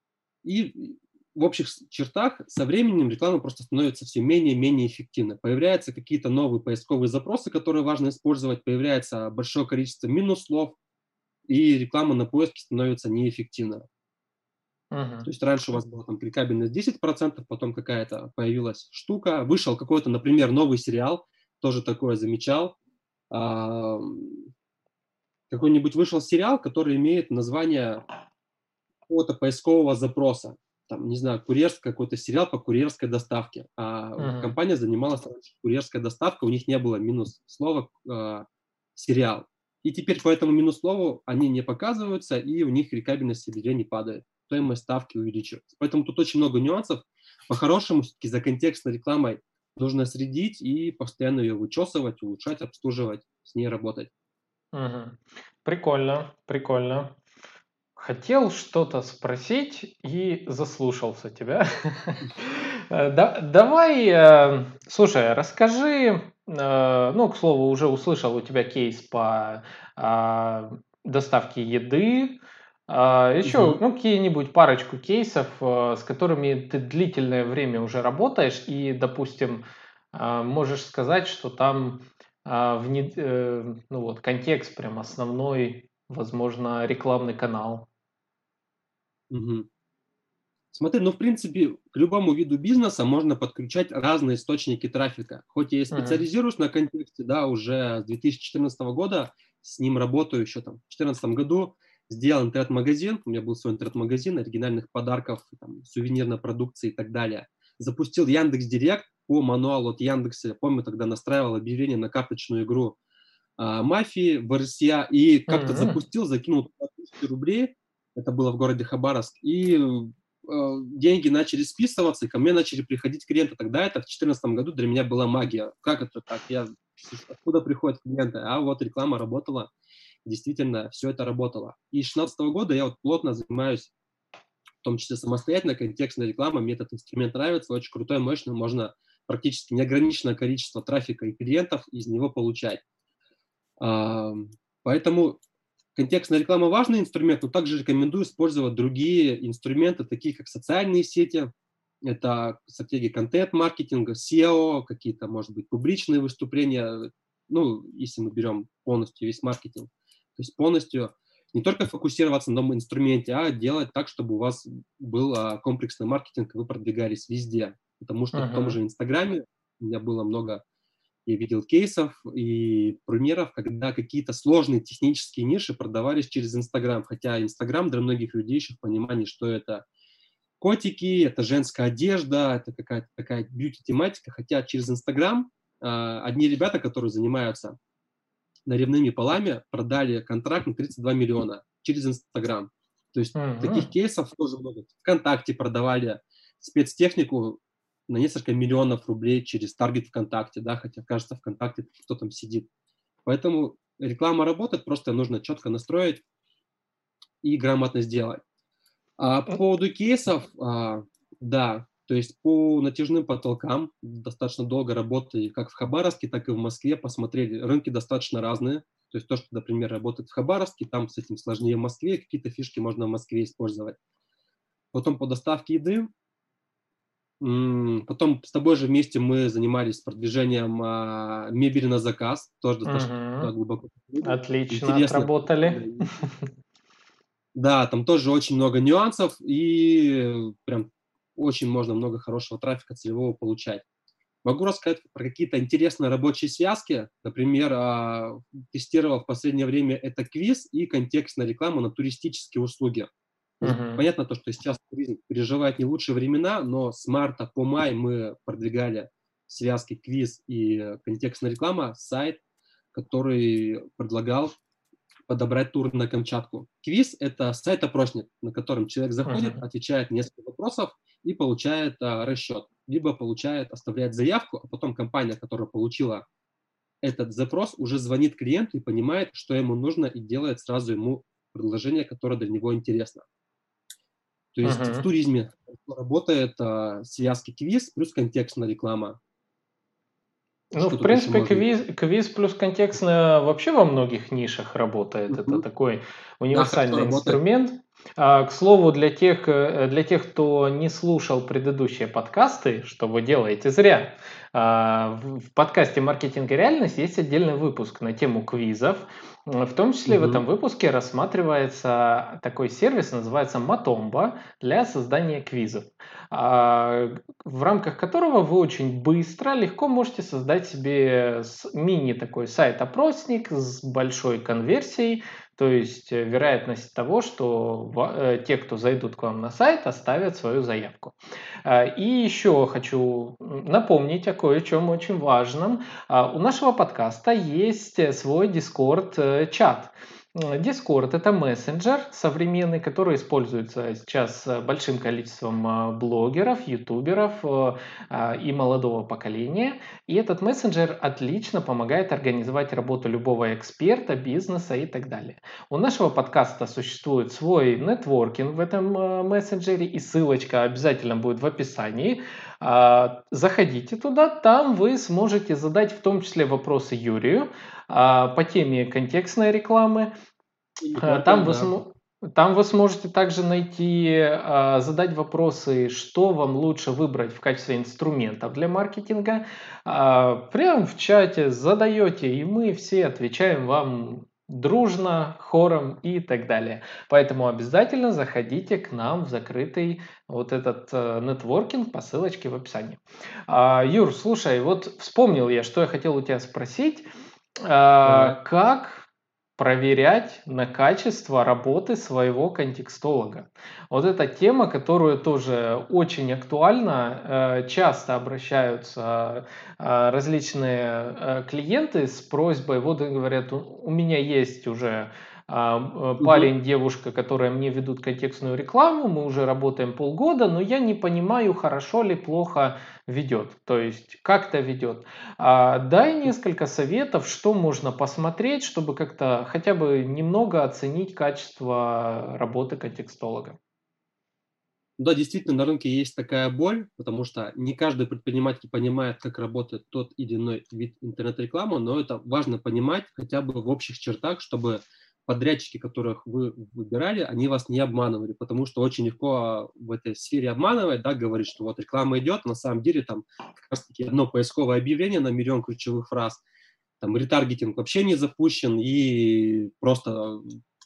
И в общих с- чертах со временем реклама просто становится все менее и менее эффективной. Появляются какие-то новые поисковые запросы, которые важно использовать, появляется большое количество минус-слов, и реклама на поиске становится неэффективной. Мгм. То есть раньше у вас была там кликабельность десять процентов, потом какая-то появилась штука, вышел какой-то, например, новый сериал, тоже такое замечал. А, Какой-нибудь вышел сериал, который имеет название какого-то поискового запроса. Там, не знаю, курьерский какой-то сериал по курьерской доставке. А Мгм. компания занималась раньше курьерской доставкой, у них не было минус слова э, сериал. И теперь по этому минус слову они не показываются, и у них рентабельность объявлений падает. Стоимость ставки увеличивается. Поэтому тут очень много нюансов. По-хорошему, все-таки за контекстной рекламой нужно следить и постоянно ее вычесывать, улучшать, обслуживать, с ней работать. Мгм. Прикольно, прикольно. Хотел что-то спросить и заслушался тебя. Э, да- Давай, э, слушай, расскажи, э, ну, к слову, уже услышал у тебя кейс по а, доставке еды, а, еще, Мгм. ну, какие-нибудь парочку кейсов, э, с которыми ты длительное время уже работаешь и, допустим, а, можешь сказать, что там а, внед- э, ну вот контекст прям основной, возможно, рекламный канал. Мгм. Смотри, ну, в принципе, к любому виду бизнеса можно подключать разные источники трафика. Хоть я и Мгм. специализируюсь на контексте, да, уже с две тысячи четырнадцатого года с ним работаю еще там. В две тысячи четырнадцатом году сделал интернет-магазин, у меня был свой интернет-магазин оригинальных подарков, там, сувенирной продукции и так далее. Запустил Яндекс.Директ по мануалу от Яндекса. Я помню, тогда настраивал объявление на карточную игру а, «Мафии» в эр эс я и как-то Мгм. запустил, закинул туда тысячу рублей, это было в городе Хабаровск, и э, деньги начали списываться, и ко мне начали приходить клиенты. Тогда это в две тысячи четырнадцатом году для меня была магия. Как это так? Я, откуда приходят клиенты? А вот реклама работала, действительно, все это работало. И с две тысячи шестнадцатого года я вот плотно занимаюсь, в том числе самостоятельно, контекстной рекламой. Мне этот инструмент нравится, очень крутой, мощный, можно практически неограниченное количество трафика и клиентов из него получать. А, Поэтому контекстная реклама важный инструмент, но также рекомендую использовать другие инструменты, такие как социальные сети, это стратегии контент-маркетинга, сео, какие-то, может быть, публичные выступления, ну, если мы берем полностью весь маркетинг. То есть полностью не только фокусироваться на одном инструменте, а делать так, чтобы у вас был а, комплексный маркетинг, и вы продвигались везде. Потому что в том Мгм. же Инстаграме у меня было много я видел кейсов и примеров, когда какие-то сложные технические ниши продавались через Инстаграм, хотя Инстаграм для многих людей еще в понимании, что это котики, это женская одежда, это какая-то такая бьюти-тематика, хотя через Инстаграм а, одни ребята, которые занимаются наливными полами, продали контракт на тридцать два миллиона через Инстаграм. То есть таких Мгм. кейсов тоже много. ВКонтакте продавали спецтехнику на несколько миллионов рублей через таргет ВКонтакте, да, хотя кажется ВКонтакте кто там сидит. Поэтому реклама работает, просто нужно четко настроить и грамотно сделать. А по поводу кейсов, а, да, то есть по натяжным потолкам достаточно долго работали как в Хабаровске, так и в Москве, посмотрели. Рынки достаточно разные. То есть то, что, например, работает в Хабаровске, там с этим сложнее в Москве, какие-то фишки можно в Москве использовать. Потом по доставке еды. м, Потом с тобой же вместе мы занимались продвижением а, мебели на заказ, тоже достаточно туда Мгм. глубоко. походили. Отлично Интересно. отработали. Да, там тоже очень много нюансов, и прям очень можно много хорошего трафика целевого получать. Могу рассказать про какие-то интересные рабочие связки. Например, а, тестировал в последнее время это квиз и контекстная реклама на туристические услуги. Мгм. Понятно то, что сейчас туризм переживает не лучшие времена, но с марта по май мы продвигали связки квиз и контекстная реклама, сайт, который предлагал подобрать тур на Камчатку. Квиз– это сайт-опросник, на котором человек заходит, Мгм. отвечает несколько вопросов и получает а, расчет. Либо получает, оставляет заявку, а потом компания, которая получила этот запрос, уже звонит клиенту и понимает, что ему нужно, и делает сразу ему предложение, которое для него интересно. То есть в Мгм. туризме работает а, связки квиз плюс контекстная реклама. Ну, Что в тут еще принципе, можно? квиз, квиз плюс контекстно вообще во многих нишах работает. Это Мгм. такой Да, хорошо универсальный работает. инструмент. А, к слову, для тех, э, для тех, кто не слушал предыдущие подкасты, что вы делаете зря, а, в, в подкасте «Маркетинг и реальность» есть отдельный выпуск на тему квизов. М, В том числе в Мгм. этом выпуске рассматривается такой сервис, называется Матомба, для создания квизов. А, в рамках которого вы очень быстро, легко можете создать себе с- мини такой сайт-опросник с большой конверсией, то есть э, вероятность того, что ва- э, те, кто зайдут к вам на сайт, оставят свою заявку. А, И еще хочу м, напомнить о кое-чем очень важном. А, У нашего подкаста есть э, свой Discord-чат. Discord– это мессенджер современный, который используется сейчас э, большим количеством э, блогеров, ютуберов э, а, и молодого поколения. И этот мессенджер отлично помогает организовать работу любого эксперта, бизнеса и так далее. У нашего подкаста существует свой нетворкинг в этом э, мессенджере, и ссылочка обязательно будет в описании. А, Заходите туда, там вы сможете задать в том числе вопросы Юрию а, по теме контекстной рекламы. И не А, только, Там вы, да. смо- там вы сможете также найти, а, задать вопросы, что вам лучше выбрать в качестве инструментов для маркетинга. А, Прямо в чате задаете, и мы все отвечаем вам дружно, хором и так далее. Поэтому обязательно заходите к нам в закрытый вот этот э, нетворкинг по ссылочке в описании. А, Юр, слушай, вот вспомнил я, что я хотел у тебя спросить. Давай. А, Как проверять на качество работы своего контекстолога? Вот эта тема, которую тоже очень актуальна. Э, Часто обращаются э, различные э, клиенты с просьбой, вот и говорят, у у меня есть уже а, э, Мгм. парень, девушка, которые мне ведут контекстную рекламу, мы уже работаем полгода, но я не понимаю, хорошо ли, плохо ведет, то есть как-то ведет. А, дай несколько советов, что можно посмотреть, чтобы как-то хотя бы немного оценить качество работы контекстолога. Да, действительно, на рынке есть такая боль, потому что не каждый предприниматель понимает, как работает тот или иной вид интернет-рекламы, но это важно понимать хотя бы в общих чертах, чтобы подрядчики, которых вы выбирали, они вас не обманывали, потому что очень легко а, в этой сфере обманывать, да, говорить, что вот реклама идет, на самом деле там как раз-таки одно поисковое объявление на миллион ключевых фраз, там ретаргетинг вообще не запущен, и просто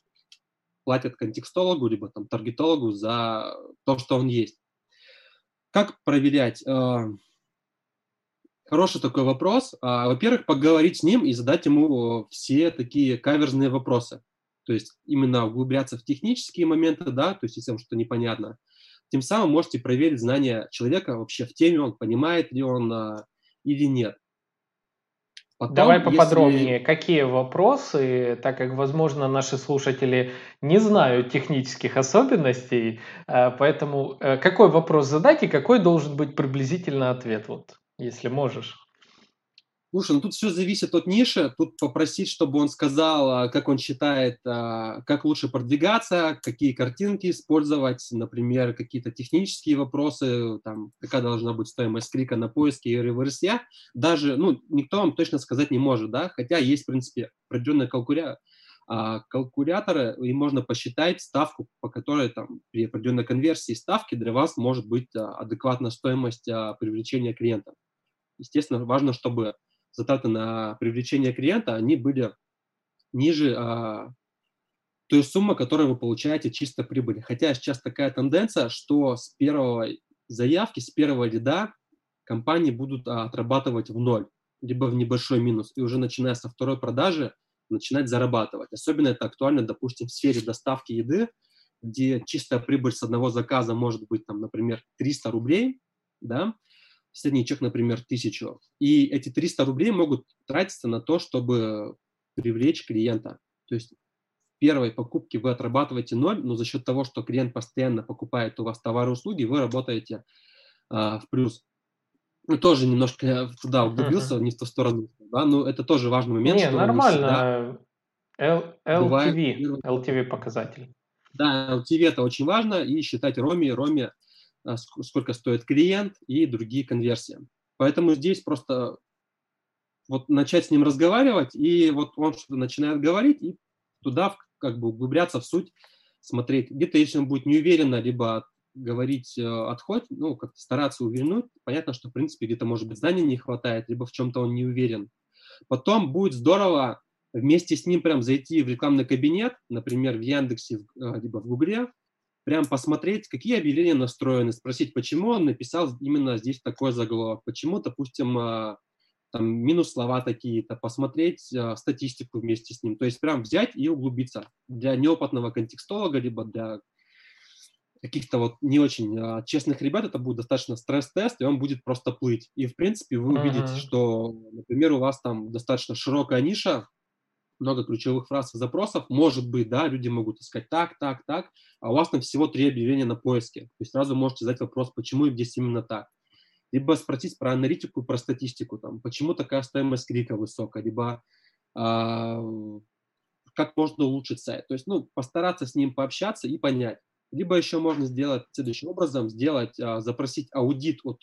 платят контекстологу, либо там таргетологу за то, что он есть. Как проверять? А, Хороший такой вопрос. А, Во-первых, поговорить с ним и задать ему все такие каверзные вопросы. То есть именно углубляться в технические моменты, да, то есть если вам что-то непонятно. Тем самым можете проверить знания человека вообще в теме, он понимает ли он а, или нет. Давай Потом, если... поподробнее, какие вопросы, так как, возможно, наши слушатели не знают технических особенностей, э, поэтому э, какой вопрос задать и какой должен быть приблизительно ответ, вот, если можешь. Слушай, ну тут все зависит от ниши. Тут попросить, чтобы он сказал, а, как он считает, а, как лучше продвигаться, какие картинки использовать, например, какие-то технические вопросы, там, какая должна быть стоимость клика на поиске и реверсия. Даже, ну, никто вам точно сказать не может, да, хотя есть, в принципе, определенные калькуля... а, калькуляторы, и можно посчитать ставку, по которой там при определенной конверсии ставки для вас может быть а, адекватна стоимость а, привлечения клиентов. Естественно, важно, чтобы затраты на привлечение клиента, они были ниже а, той суммы, которую вы получаете чисто прибыли. Хотя сейчас такая тенденция, что с первой заявки, с первого лида компании будут а, отрабатывать в ноль, либо в небольшой минус, и уже начиная со второй продажи начинать зарабатывать. Особенно это актуально, допустим, в сфере доставки еды, где чистая прибыль с одного заказа может быть, там, например, триста рублей, да, средний чек, например, тысячу, и эти триста рублей могут тратиться на то, чтобы привлечь клиента. То есть в первой покупке вы отрабатываете ноль, но за счет того, что клиент постоянно покупает у вас товары и услуги, вы работаете а, в плюс. Ну, тоже немножко я туда углубился, не в ту сторону, да, но это тоже важный момент, Не, что не всегда нормально. Л- бывает LTV, первый L T V покупка. показатель. Да, эл ти ви это очень важно, и считать роми, роми, а, ск- сколько стоит клиент и другие конверсии. Поэтому здесь просто вот начать с ним разговаривать, и вот он что-то начинает говорить, и туда в- как бы углубляться в суть, смотреть. Где-то, если он будет неуверенно, либо говорить э, отходь, ну, как-то стараться увильнуть, понятно, что, в принципе, где-то, может быть, знаний не хватает, либо в чем-то он не уверен. Потом будет здорово вместе с ним прям зайти в рекламный кабинет, например, в Яндексе, в- э, либо в Гугле, прям посмотреть, какие объявления настроены, спросить, почему он написал именно здесь такой заголовок, почему, допустим, а, там минус слова такие-то, посмотреть а, статистику вместе с ним. То есть прям взять и углубиться. Для неопытного контекстолога, либо для каких-то вот не очень а, честных ребят это будет достаточно стресс-тест, и он будет просто плыть. И, в принципе, вы увидите, Мгм. что, например, у вас там достаточно широкая ниша, много ключевых фраз и запросов. Может быть, да, люди могут искать так, так, так, а у вас там всего три объявления на поиске. То есть сразу можете задать вопрос, почему здесь именно так. Либо спросить про аналитику, про статистику, там, почему такая стоимость клика высокая, либо а, как можно улучшить сайт. То есть, ну, постараться с ним пообщаться и понять. Либо еще можно сделать следующим образом, сделать, а, запросить аудит от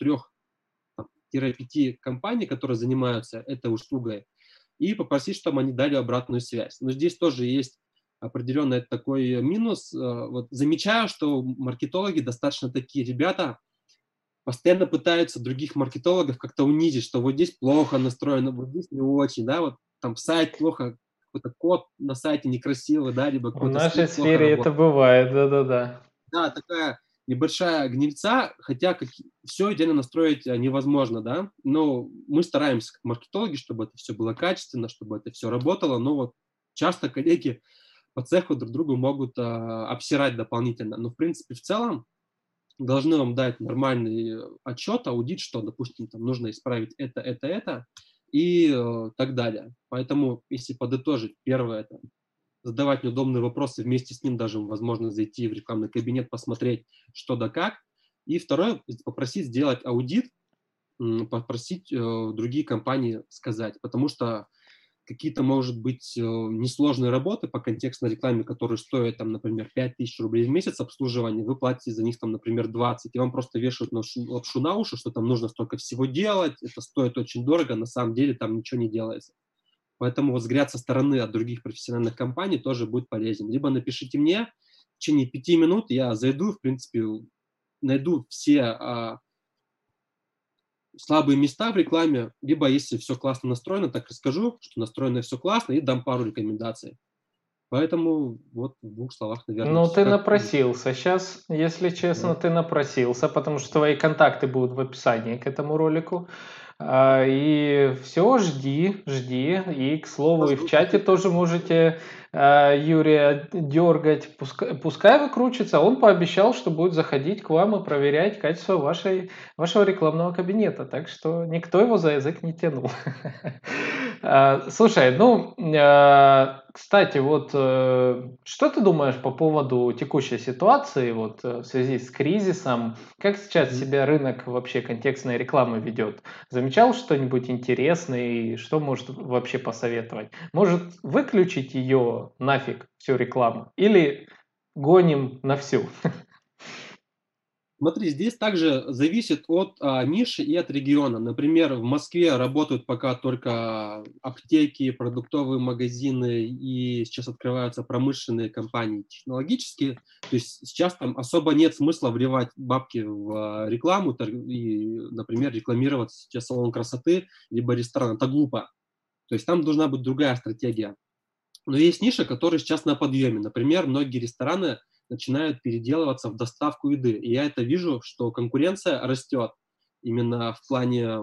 трех-пяти компаний, которые занимаются этой услугой, и попросить, чтобы они дали обратную связь. Но здесь тоже есть определенный такой минус. Э, Вот замечаю, что маркетологи достаточно такие ребята, постоянно пытаются других маркетологов как-то унизить, что вот здесь плохо настроено, вот здесь не очень, да, вот там сайт плохо, какой-то код на сайте некрасивый, да, либо В какой-то нашей скрипт плохо сфере это работает. бывает, да-да-да. Да, такая небольшая гнильца, хотя все идеально настроить а, невозможно, да, но мы стараемся как маркетологи, чтобы это все было качественно, чтобы это все работало, но вот часто коллеги по цеху друг другу могут а, обсирать дополнительно, но в принципе в целом должны вам дать нормальный отчет, аудит, что, допустим, там нужно исправить это, это, это и э, так далее. Поэтому, если подытожить, первое – это задавать неудобные вопросы, вместе с ним даже, возможно, зайти в рекламный кабинет, посмотреть, что да как. И второе – попросить сделать аудит, м, попросить э, другие компании сказать, потому что какие-то, может быть, э, несложные работы по контекстной рекламе, которые стоят, там, например, пять тысяч рублей в месяц обслуживания, вы платите за них, там, например, двадцать, и вам просто вешают лапшу, лапшу на уши, что там нужно столько всего делать, это стоит очень дорого, на самом деле там ничего не делается. Поэтому вот взгляд со стороны от других профессиональных компаний тоже будет полезен. Либо напишите мне, в течение пяти минут я зайду, в принципе, найду все а, слабые места в рекламе, либо если все классно настроено, так расскажу, что настроено все классно, и дам пару рекомендаций. Поэтому вот в двух словах, наверное, Ну, вс ты как будет. напросился. Сейчас, если Да. честно, ты напросился, потому что твои контакты будут в описании к этому ролику. А, И все, жди, жди. И, к слову, и в Жду, чате пишите. тоже можете а, Юрия дергать. Пускай, пускай выкручится. Он пообещал, что будет заходить к вам и проверять качество вашей, вашего рекламного кабинета. Так что никто его за язык не тянул. А, Слушай, ну, а, кстати, вот э, что ты думаешь по поводу текущей ситуации вот э, в связи с кризисом? Как сейчас Мгм. себя рынок вообще контекстной рекламы ведет? Замечал что-нибудь интересное и что может вообще посоветовать? Может выключить ее нафиг, всю рекламу? Или гоним на всю? Смотри, здесь также зависит от а, ниши и от региона. Например, в Москве работают пока только аптеки, продуктовые магазины, и сейчас открываются промышленные компании технологические. То есть сейчас там особо нет смысла вливать бабки в а, рекламу тор- и, например, рекламировать сейчас салон красоты либо ресторан. Это глупо. То есть там должна быть другая стратегия. Но есть ниши, которые сейчас на подъеме. Например, многие рестораны начинают переделываться в доставку еды. И я это вижу, что конкуренция растет именно в плане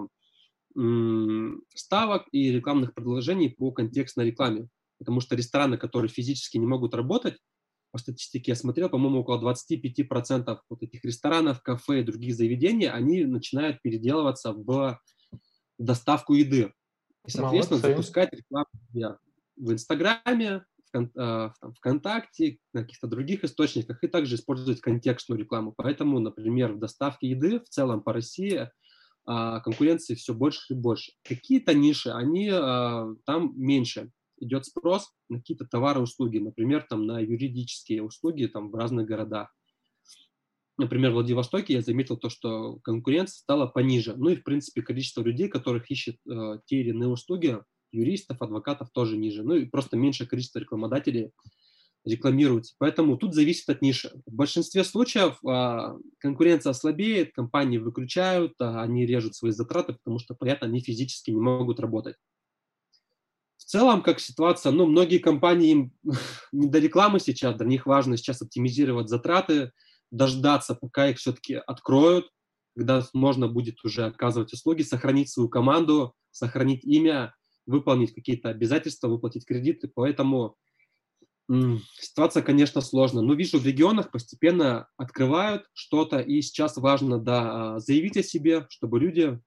м, ставок и рекламных предложений по контекстной рекламе. Потому что рестораны, которые физически не могут работать, по статистике я смотрел, по-моему, около двадцать пять процентов вот этих ресторанов, кафе и других заведений, они начинают переделываться в доставку еды. И, соответственно, Молодцы. запускать рекламу я в Инстаграме, Вкон- а, в там, ВКонтакте, на каких-то других источниках, и также использовать контекстную рекламу. Поэтому, например, в доставке еды в целом по России а, конкуренции все больше и больше. Какие-то ниши, они а, там меньше. Идет спрос на какие-то товары и услуги, например, там, на юридические услуги там, в разных городах. Например, в Владивостоке я заметил то, что конкуренция стала пониже. Ну и, в принципе, количество людей, которых ищет э, те или иные услуги, юристов, адвокатов тоже ниже. Ну и просто меньшее количество рекламодателей рекламируется. Поэтому тут зависит от ниши. В большинстве случаев а, конкуренция слабеет, компании выключают, а, они режут свои затраты, потому что, понятно, они физически не могут работать. В целом, как ситуация, ну, многие компании им не до рекламы сейчас, для них важно сейчас оптимизировать затраты, дождаться, пока их все-таки откроют, когда можно будет уже оказывать услуги, сохранить свою команду, сохранить имя, выполнить какие-то обязательства, выплатить кредиты. Поэтому м, ситуация, конечно, сложная. Но вижу, в регионах постепенно открывают что-то, и сейчас важно, да, а, заявить о себе, чтобы люди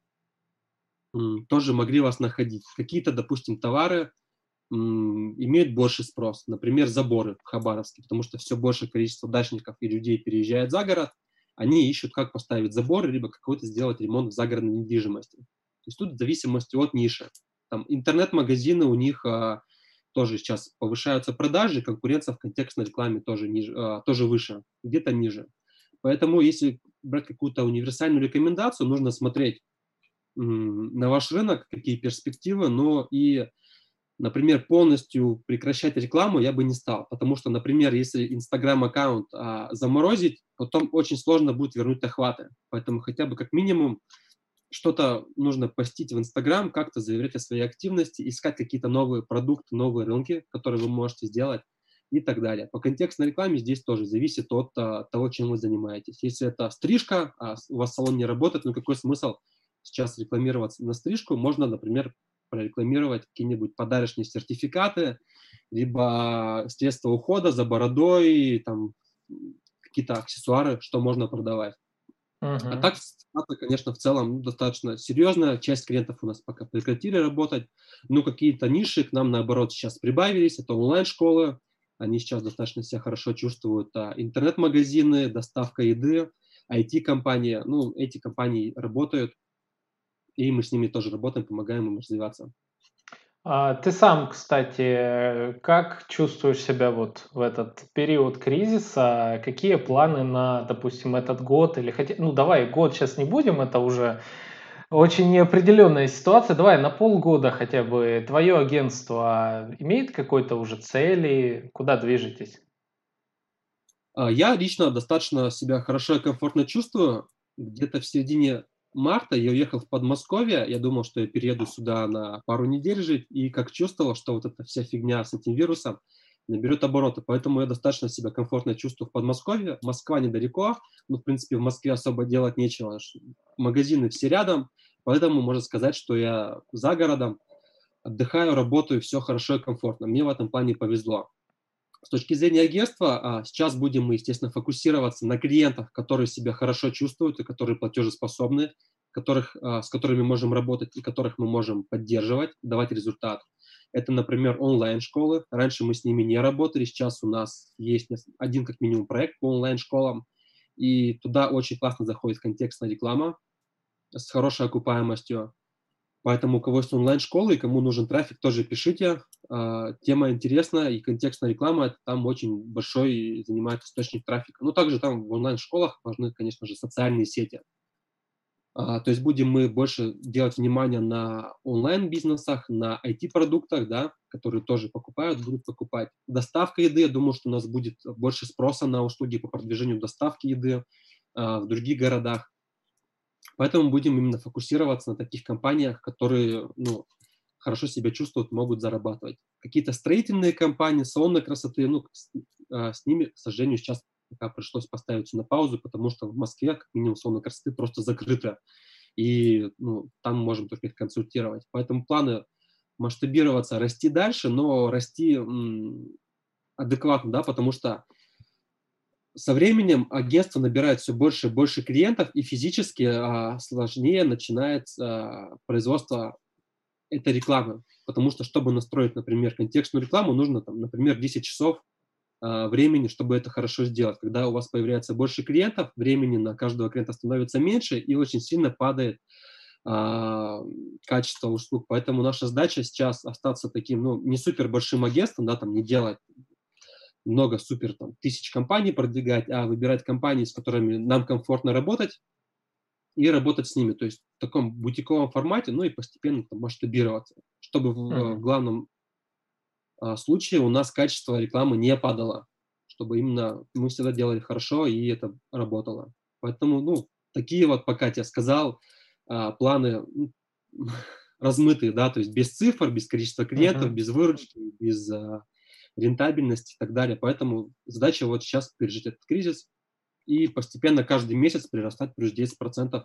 м, тоже могли вас находить. Какие-то, допустим, товары м, имеют больше спрос. Например, заборы в Хабаровске, потому что все большее количество дачников и людей переезжает за город, они ищут, как поставить забор, либо какой-то сделать ремонт в загородной недвижимости. То есть тут в зависимости от ниши. Там интернет-магазины у них а, тоже сейчас повышаются продажи, конкуренция в контекстной рекламе тоже, ниже, а, тоже выше, где-то ниже. Поэтому если брать какую-то универсальную рекомендацию, нужно смотреть м, на ваш рынок, какие перспективы, но и например, полностью прекращать рекламу я бы не стал, потому что, например, если Инстаграм-аккаунт а, заморозить, потом очень сложно будет вернуть охваты. Поэтому хотя бы как минимум что-то нужно постить в Инстаграм, как-то заявлять о своей активности, искать какие-то новые продукты, новые рынки, которые вы можете сделать и так далее. По контекстной рекламе здесь тоже зависит от а, того, чем вы занимаетесь. Если это стрижка, а у вас салон не работает, ну какой смысл сейчас рекламироваться на стрижку? Можно, например, прорекламировать какие-нибудь подарочные сертификаты, либо средства ухода за бородой, там, какие-то аксессуары, что можно продавать. А Мгм. так, ситуация, конечно, в целом ну, достаточно серьезная. Часть клиентов у нас пока прекратили работать, но какие-то ниши к нам, наоборот, сейчас прибавились. Это онлайн-школы, они сейчас достаточно себя хорошо чувствуют. А интернет-магазины, доставка еды, ай ти-компании. Ну, эти компании работают, и мы с ними тоже работаем, помогаем им развиваться. А ты сам, кстати, как чувствуешь себя вот в этот период кризиса? Какие планы на, допустим, этот год или хотя, ну давай год сейчас не будем, это уже очень неопределенная ситуация. Давай на полгода хотя бы. Твое агентство имеет какой-то уже цели? Куда движетесь? А, Я лично достаточно себя хорошо и комфортно чувствую. Где-то в середине марта я уехал в Подмосковье. Я думал, что я перееду сюда на пару недель жить. И как чувствовал, что вот эта вся фигня с этим вирусом наберет обороты. Поэтому я достаточно себя комфортно чувствую в Подмосковье. Москва недалеко. Ну, в принципе, в Москве особо делать нечего. Ш- Магазины все рядом. Поэтому можно сказать, что я за городом отдыхаю, работаю, все хорошо и комфортно. Мне в этом плане повезло. С точки зрения агентства, а, сейчас будем мы, естественно, фокусироваться на клиентах, которые себя хорошо чувствуют и которые платежеспособны, которых, а, с которыми можем работать и которых мы можем поддерживать, давать результат. Это, например, онлайн-школы. Раньше мы с ними не работали, сейчас у нас есть нес- один как минимум проект по онлайн-школам, и туда очень классно заходит контекстная реклама с хорошей окупаемостью. Поэтому у кого есть онлайн-школы и кому нужен трафик, тоже пишите. А, Тема интересная, и контекстная реклама это там очень большой и занимает источник трафика. Ну, также там в онлайн-школах важны, конечно же, социальные сети. А, То есть будем мы больше делать внимание на онлайн-бизнесах, на ай ти-продуктах, да, которые тоже покупают, будут покупать. Доставка еды, я думаю, что у нас будет больше спроса на услуги по продвижению доставки еды а, в других городах. Поэтому будем именно фокусироваться на таких компаниях, которые ну, хорошо себя чувствуют, могут зарабатывать. Какие-то строительные компании, салоны красоты, ну, с, а, с ними, к сожалению, сейчас пока пришлось поставить всё на паузу, потому что в Москве, как минимум, салоны красоты просто закрыты. И ну, там можем только их консультировать. Поэтому планы масштабироваться, расти дальше, но расти м, адекватно, да, потому что со временем агентство набирает все больше и больше клиентов, и физически а, сложнее начинается а, производство этой рекламы. Потому что, чтобы настроить, например, контекстную рекламу, нужно, там, например, десять часов а, времени, чтобы это хорошо сделать. Когда у вас появляется больше клиентов, времени на каждого клиента становится меньше, и очень сильно падает а, качество услуг. Поэтому наша задача сейчас остаться таким, ну, не супер большим агентством, да, там, не делать много супер, там, тысяч компаний продвигать, а выбирать компании, с которыми нам комфортно работать, и работать с ними. То есть в таком бутиковом формате, ну и постепенно там масштабироваться, чтобы в, в Мгм. главном а, случае у нас качество рекламы не падало, чтобы именно мы всегда делали хорошо, и это работало. Поэтому, ну, такие вот, пока я тебе сказал, а, планы ну, размытые, да, то есть без цифр, без количества клиентов, Мгм. без выручки, без а, рентабельности и так далее. Поэтому задача вот сейчас пережить этот кризис и постепенно каждый месяц прирастать плюс десять процентов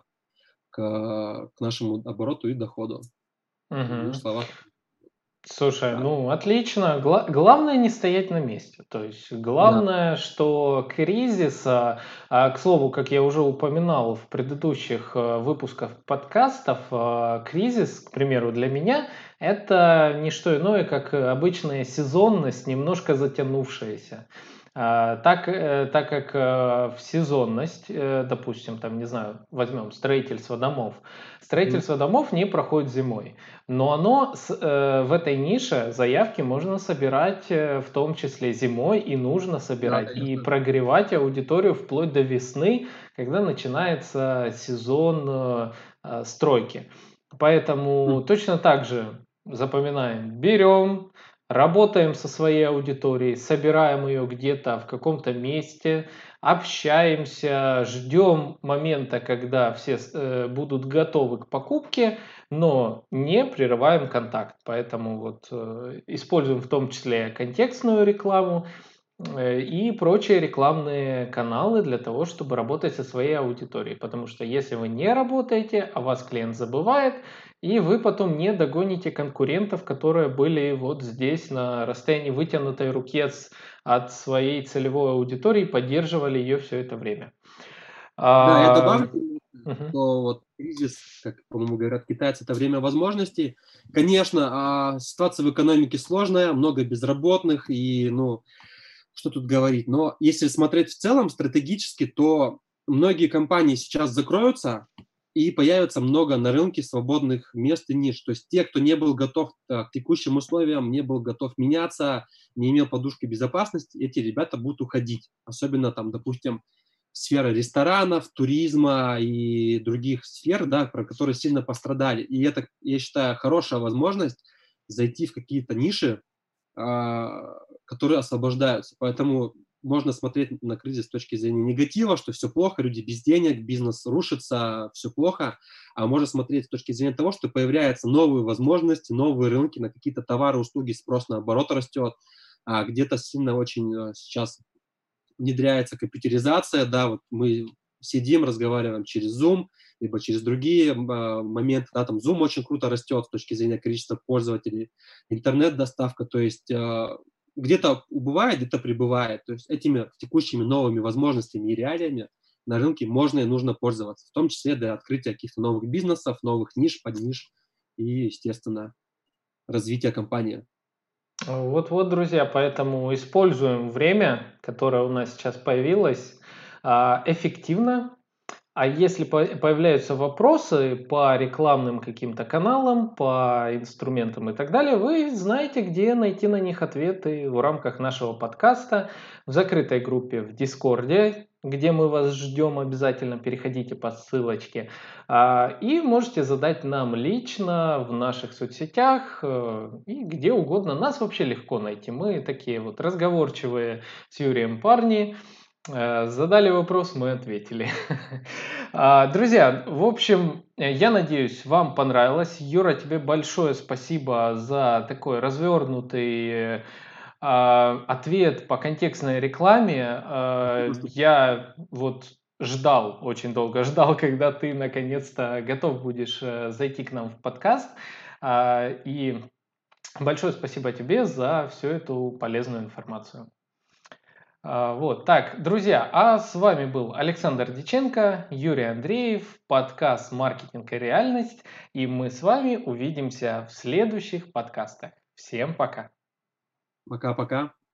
к, к нашему обороту и доходу. В двух Мгм. словах, Слушай, да. ну отлично. Гла- главное не стоять на месте. То есть Да. главное, что кризис, а, а, к слову, как я уже упоминал в предыдущих а, выпусках подкастов, а, кризис, к примеру, для меня это не что иное, как э, обычная сезонность, немножко затянувшаяся. А, Так, э, так как э, в сезонность, э, допустим, там, не знаю, возьмем строительство домов, Мгм. строительство домов не проходит зимой. Но оно с- э, в этой нише заявки можно собирать э, в том числе зимой, и нужно Да, собирать, и конечно. прогревать аудиторию вплоть до весны, когда начинается сезон э, э, стройки. Поэтому Мгм. точно так же запоминаем, берем, работаем со своей аудиторией, собираем ее где-то в каком-то месте, общаемся, ждем момента, когда все э, будут готовы к покупке, но не прерываем контакт. Поэтому вот э, используем в том числе контекстную рекламу э, и прочие рекламные каналы для того, чтобы работать со своей аудиторией. Потому что если вы не работаете, о вас клиент забывает, и вы потом не догоните конкурентов, которые были вот здесь на расстоянии вытянутой руки от, с- от своей целевой аудитории, поддерживали ее все это время. Да, я А, добавлю, мгм. что вот кризис, как, по-моему, говорят китайцы, это время возможностей. Конечно, а, ситуация в экономике сложная, много безработных, и, ну, что тут говорить. Но если смотреть в целом стратегически, то многие компании сейчас закроются, и появится много на рынке свободных мест и ниш. То есть те, кто не был готов а, к текущим условиям, не был готов меняться, не имел подушки безопасности, эти ребята будут уходить. Особенно там, допустим, сфера ресторанов, туризма и других сфер, да, про которые сильно пострадали. И это, я считаю, хорошая возможность зайти в какие-то ниши, а, которые освобождаются. Поэтому можно смотреть на кризис с точки зрения негатива, что все плохо, люди без денег, бизнес рушится, все плохо. А можно смотреть с точки зрения того, что появляются новые возможности, новые рынки на какие-то товары, услуги, спрос наоборот растет. А где-то сильно очень э, сейчас внедряется компьютеризация, да, вот мы сидим, разговариваем через Zoom, либо через другие а, моменты, да, там Zoom очень круто растет с точки зрения количества пользователей, интернет-доставка, то есть а, где-то убывает, где-то прибывает, то есть этими текущими новыми возможностями и реалиями на рынке можно и нужно пользоваться, в том числе для открытия каких-то новых бизнесов, новых ниш, подниш и, естественно, развития компании. Вот-вот, друзья, поэтому используем время, которое у нас сейчас появилось, а, эффективно. А если по- появляются вопросы по рекламным каким-то каналам, по инструментам и так далее, вы знаете, где найти на них ответы в рамках нашего подкаста, в закрытой группе в Дискорде, где мы вас ждем обязательно, переходите по ссылочке. А, И можете задать нам лично в наших соцсетях э, и где угодно. Нас вообще легко найти. Мы такие вот разговорчивые с Юрием парни. Э, Задали вопрос, мы ответили. А, Друзья, в общем, э, я надеюсь, вам понравилось. Юра, тебе большое спасибо за такой развернутый э, а, ответ по контекстной рекламе. А, Спасибо, что Я вот ждал, очень долго ждал, когда ты наконец-то готов будешь э, зайти к нам в подкаст. А, И большое спасибо тебе за всю эту полезную информацию. А, Вот, так, друзья, а с вами был Александр Диченко, Юрий Андреев, подкаст «Маркетинг и реальность», и мы с вами увидимся в следующих подкастах. Всем пока! Пока-пока.